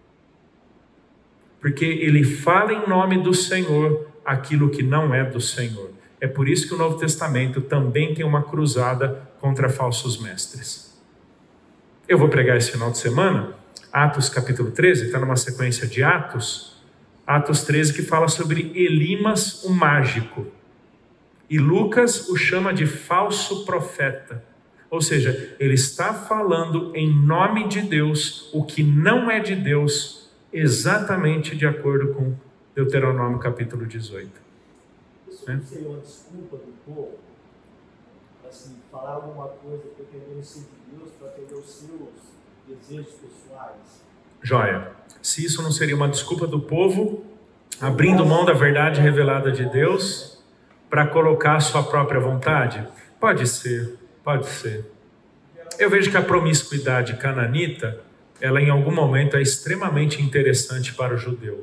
Porque ele fala em nome do Senhor aquilo que não é do Senhor. É por isso que o Novo Testamento também tem uma cruzada contra falsos mestres. Eu vou pregar esse final de semana, Atos capítulo treze, está numa sequência de Atos, Atos treze, que fala sobre Elimas, o mágico. E Lucas o chama de falso profeta. Ou seja, ele está falando em nome de Deus o que não é de Deus, exatamente de acordo com Deuteronômio capítulo dezoito. Isso não seria uma desculpa do povo? Assim, falar alguma coisa pretendendo ser de Deus para atender os seus desejos pessoais? Joia. Se isso não seria uma desculpa do povo, abrindo mão da verdade revelada de Deus para colocar a sua própria vontade? Pode ser, pode ser. Eu vejo que a promiscuidade cananita, ela em algum momento é extremamente interessante para o judeu.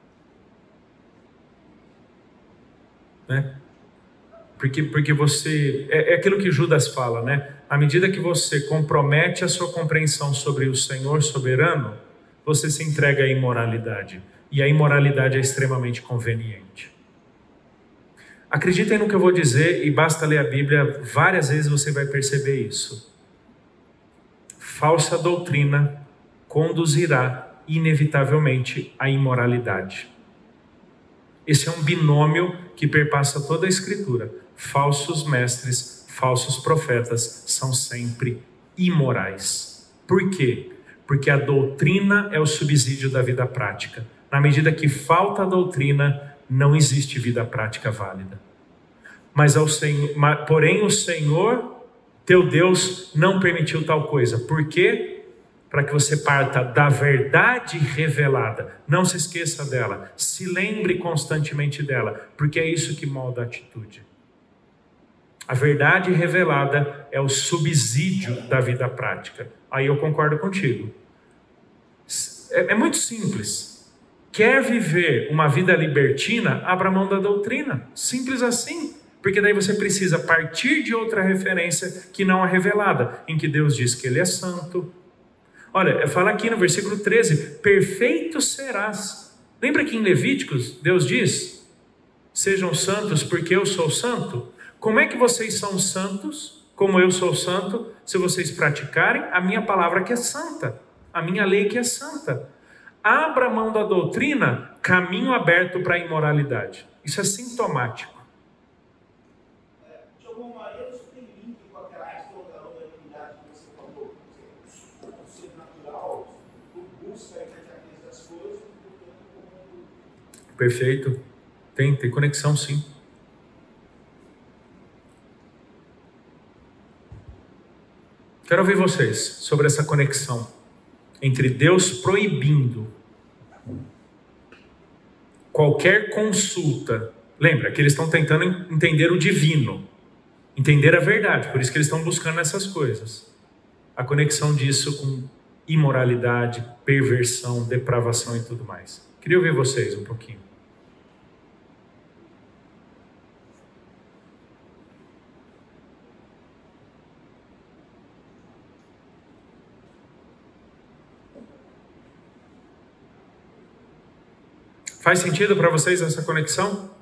Né? Porque, porque você, é, é aquilo que Judas fala, né? À medida que você compromete a sua compreensão sobre o Senhor soberano, você se entrega à imoralidade. E a imoralidade é extremamente conveniente. Acreditem no que eu vou dizer e basta ler a Bíblia, várias vezes você vai perceber isso. Falsa doutrina conduzirá inevitavelmente à imoralidade. Esse é um binômio que perpassa toda a Escritura. Falsos mestres, falsos profetas são sempre imorais. Por quê? Porque a doutrina é o subsídio da vida prática. Na medida que falta a doutrina, não existe vida prática válida. Mas ao Senhor, porém o Senhor, teu Deus, não permitiu tal coisa. Por quê? Para que você parta da verdade revelada. Não se esqueça dela. Se lembre constantemente dela, porque é isso que molda a atitude. A verdade revelada é o subsídio da vida prática. Aí eu concordo contigo. É, é muito simples. Quer viver uma vida libertina? Abra mão da doutrina. Simples assim. Porque daí você precisa partir de outra referência que não é revelada, em que Deus diz que Ele é santo. Olha, fala aqui no versículo treze, perfeito serás. Lembra que em Levíticos Deus diz, sejam santos porque eu sou santo? Como é que vocês são santos, como eu sou santo, se vocês praticarem a minha palavra que é santa, a minha lei que é santa? Abra mão da doutrina, caminho aberto para a imoralidade. Isso é sintomático. De alguma maneira, isso tem link com aquela questão da oralidade que você falou. O ser natural busca a imediatez das coisas. Perfeito. Tem, tem conexão, sim. Quero ouvir vocês sobre essa conexão entre Deus proibindo qualquer consulta. Lembra que eles estão tentando entender o divino, entender a verdade, por isso que eles estão buscando essas coisas. A conexão disso com imoralidade, perversão, depravação e tudo mais. Queria ouvir vocês um pouquinho. Faz sentido para vocês essa conexão?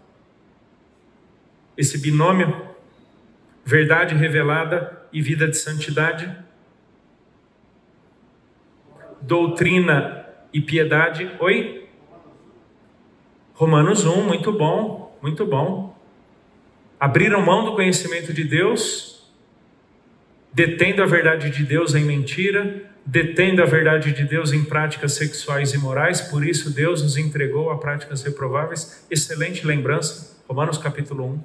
Esse binômio? Verdade revelada e vida de santidade? Doutrina e piedade? Oi? Romanos um, muito bom, muito bom. Abriram mão do conhecimento de Deus, detendo a verdade de Deus em mentira, detendo a verdade de Deus em práticas sexuais e morais, por isso Deus nos entregou a práticas reprováveis. Excelente lembrança, Romanos capítulo um.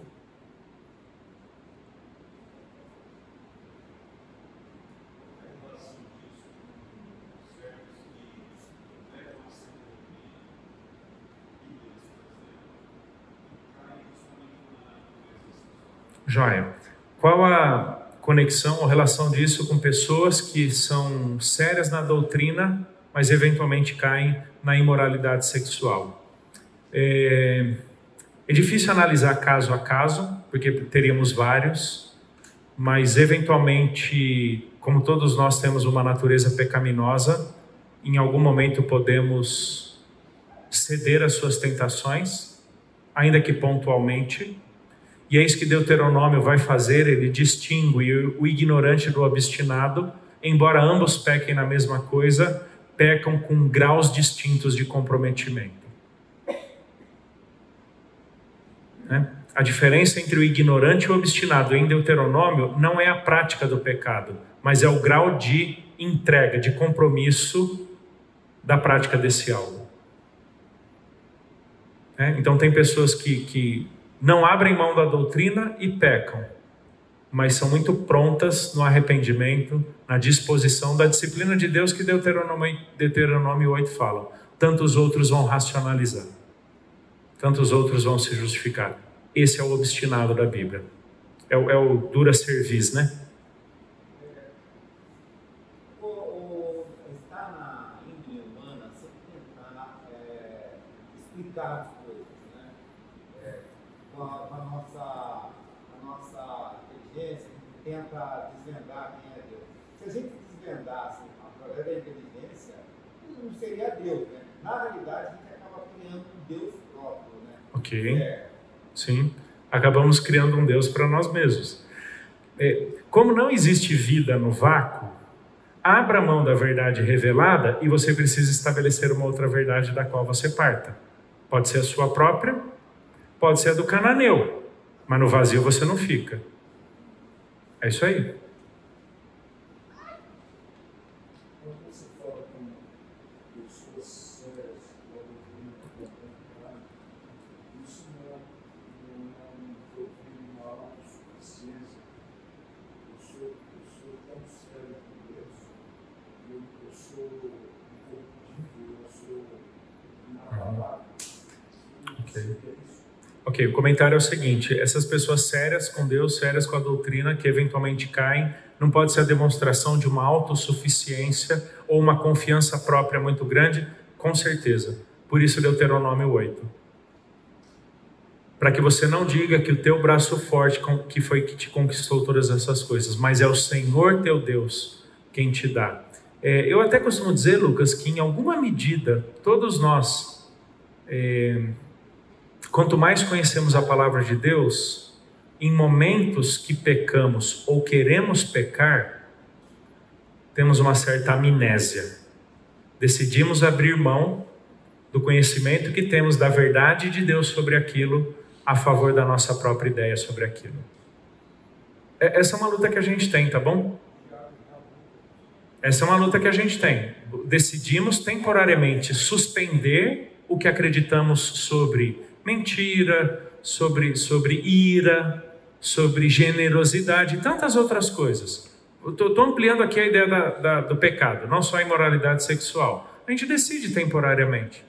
Joia. Qual a conexão ou relação disso com pessoas que são sérias na doutrina, mas eventualmente caem na imoralidade sexual? É, é difícil analisar caso a caso, porque teríamos vários, mas eventualmente, como todos nós temos uma natureza pecaminosa, em algum momento podemos ceder às suas tentações, ainda que pontualmente. E é isso que Deuteronômio vai fazer, ele distingue o ignorante do obstinado, embora ambos pequem na mesma coisa, pecam com graus distintos de comprometimento. Né? A diferença entre o ignorante e o obstinado em Deuteronômio não é a prática do pecado, mas é o grau de entrega, de compromisso da prática desse algo. É? Então tem pessoas que... que não abrem mão da doutrina e pecam, mas são muito prontas no arrependimento, na disposição da disciplina de Deus que Deuteronômio, Deuteronômio oito fala. Tantos outros vão racionalizar, tantos outros vão se justificar. Esse é o obstinado da Bíblia. É o, é o dura cerviz, né? O, o, está na índole humana sempre tentar é, explicar as coisas, né? É, com, a, com a, nossa, a nossa inteligência, a gente tenta desvendar quem é Deus. Se a gente desvendasse através da inteligência, não seria Deus, né? Na realidade, a gente acaba criando um Deus próprio, né? Ok. É. Sim. Acabamos criando um Deus para nós mesmos. É, como não existe vida no vácuo, abra mão da verdade revelada e você precisa estabelecer uma outra verdade da qual você parta. Pode ser a sua própria, pode ser a do cananeu, mas no vazio você não fica. É isso aí. Quando você fala com pessoas sérias, isso não é um problema, uma autossuficiência. Eu sou, eu sou tão sério com Deus, eu, eu sou incorruptível, eu sou inabalável. Ok. Ok, o comentário é o seguinte: essas pessoas sérias com Deus, sérias com a doutrina, que eventualmente caem, não pode ser a demonstração de uma autossuficiência ou uma confiança própria muito grande? Com certeza. Por isso Deuteronômio oito. Para que você não diga que o teu braço forte que foi que te conquistou todas essas coisas, mas é o Senhor teu Deus quem te dá. É, eu até costumo dizer, Lucas, que em alguma medida, todos nós... É, Quanto mais conhecemos a palavra de Deus, em momentos que pecamos ou queremos pecar, temos uma certa amnésia. Decidimos abrir mão do conhecimento que temos da verdade de Deus sobre aquilo, a favor da nossa própria ideia sobre aquilo. Essa é uma luta que a gente tem, tá bom? Essa é uma luta que a gente tem. Decidimos temporariamente suspender o que acreditamos sobre mentira, sobre, sobre ira, sobre generosidade e tantas outras coisas. Estou ampliando aqui a ideia da, da, do pecado, não só a imoralidade sexual. A gente decide temporariamente.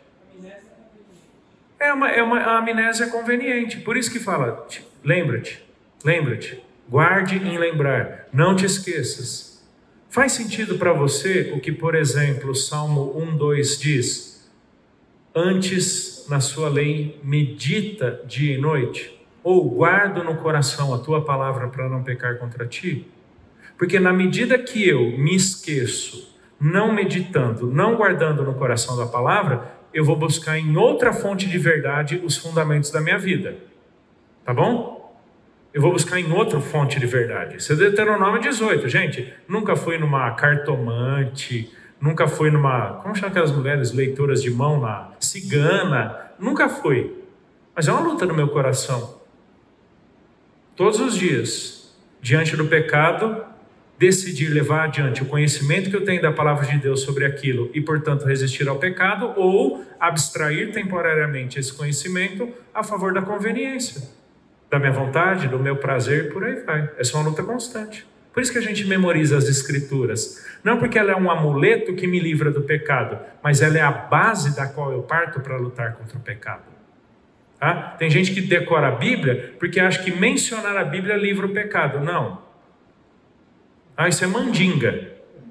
É uma, é uma amnésia conveniente. Por isso que fala, lembra-te, lembra-te, guarde em lembrar, não te esqueças. Faz sentido para você o que, por exemplo, o Salmo um, dois diz? Antes... na sua lei, medita dia e noite, ou guardo no coração a tua palavra para não pecar contra ti? Porque na medida que eu me esqueço, não meditando, não guardando no coração da palavra, eu vou buscar em outra fonte de verdade os fundamentos da minha vida. Tá bom? Eu vou buscar em outra fonte de verdade. Isso é Deuteronômio dezoito, gente. Nunca fui numa cartomante, nunca fui numa... Como chama aquelas mulheres leitoras de mão lá? Cigana. Nunca fui. Mas é uma luta no meu coração. Todos os dias, diante do pecado, decidir levar adiante o conhecimento que eu tenho da palavra de Deus sobre aquilo e, portanto, resistir ao pecado, ou abstrair temporariamente esse conhecimento a favor da conveniência, da minha vontade, do meu prazer, por aí vai. Essa é uma luta constante. Por isso que a gente memoriza as Escrituras. Não porque ela é um amuleto que me livra do pecado, mas ela é a base da qual eu parto para lutar contra o pecado. Tá? Tem gente que decora a Bíblia porque acha que mencionar a Bíblia livra o pecado. Não. Ah, isso é mandinga.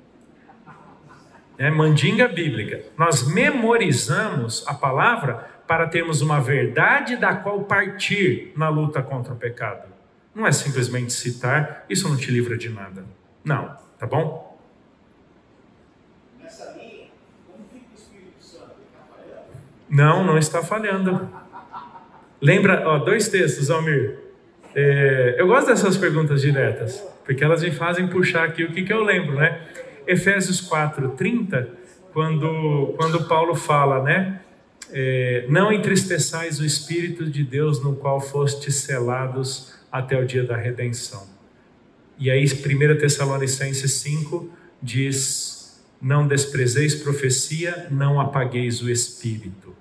É mandinga bíblica. Nós memorizamos a palavra para termos uma verdade da qual partir na luta contra o pecado. Não é simplesmente citar, isso não te livra de nada. Não, tá bom? Nessa linha, como fica o Espírito Santo? Ele está falhando? Não, não está falhando. Lembra, ó, dois textos, Almir. É, eu gosto dessas perguntas diretas, porque elas me fazem puxar aqui o que, que eu lembro, né? Efésios quatro, trinta, quando, quando Paulo fala, né? É, não entristeçais o Espírito de Deus no qual fostes selados até o dia da redenção. E aí primeira Tessalonicenses cinco diz, não desprezeis profecia, não apagueis o Espírito.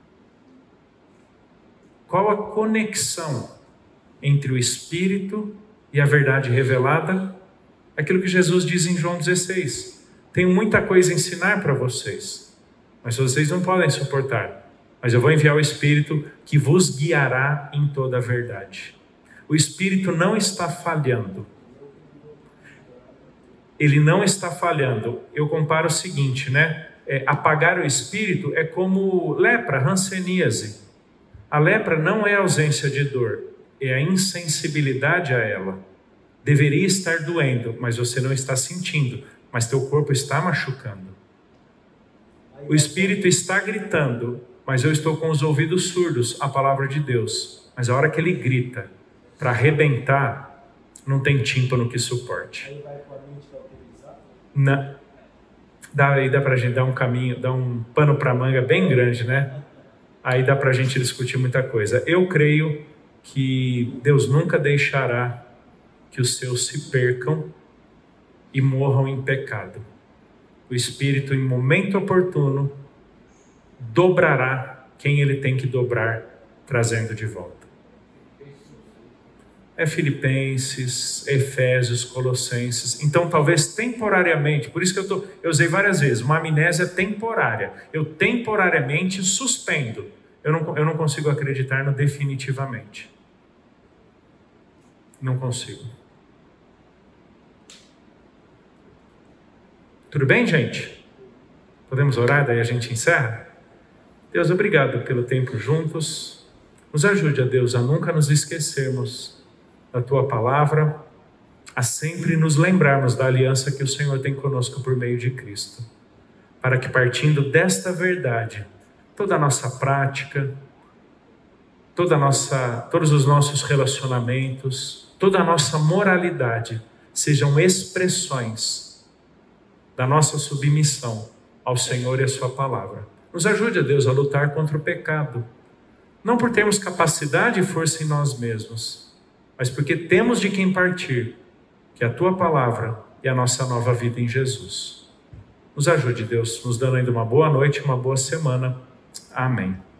Qual a conexão entre o Espírito e a verdade revelada? Aquilo que Jesus diz em João dezesseis. Tenho muita coisa a ensinar para vocês, mas vocês não podem suportar. Mas eu vou enviar o Espírito que vos guiará em toda a verdade. O Espírito não está falhando. Ele não está falhando. Eu comparo o seguinte, né? É, apagar o Espírito é como lepra, hanseníase. A lepra não é ausência de dor, é a insensibilidade a ela. Deveria estar doendo, mas você não está sentindo, mas teu corpo está machucando. O Espírito está gritando, mas eu estou com os ouvidos surdos à palavra de Deus. Mas a hora que ele grita para arrebentar, não tem tímpano que suporte. Aí vai com a mente cauterizada? Não. Dá, aí dá para a gente dar um caminho, dar um pano para manga bem grande, né? Aí dá para a gente discutir muita coisa. Eu creio que Deus nunca deixará que os seus se percam e morram em pecado. O Espírito, em momento oportuno, dobrará quem ele tem que dobrar, trazendo de volta. É Filipenses, Efésios, Colossenses. Então, talvez temporariamente, por isso que eu, tô, eu usei várias vezes, uma amnésia temporária. Eu temporariamente suspendo. Eu não, eu não consigo acreditar no definitivamente. Não consigo. Tudo bem, gente? Podemos orar, daí a gente encerra? Deus, obrigado pelo tempo juntos. Nos ajude, a Deus, a nunca nos esquecermos da Tua palavra, a sempre nos lembrarmos da aliança que o Senhor tem conosco por meio de Cristo, para que, partindo desta verdade, toda a nossa prática, toda a nossa, todos os nossos relacionamentos, toda a nossa moralidade sejam expressões da nossa submissão ao Senhor e à Sua palavra. Nos ajude, a Deus, a lutar contra o pecado, não por termos capacidade e força em nós mesmos, mas porque temos de quem partir, que é a Tua palavra e a nossa nova vida em Jesus. Nos ajude, Deus, nos dando ainda uma boa noite, uma boa semana. Amém.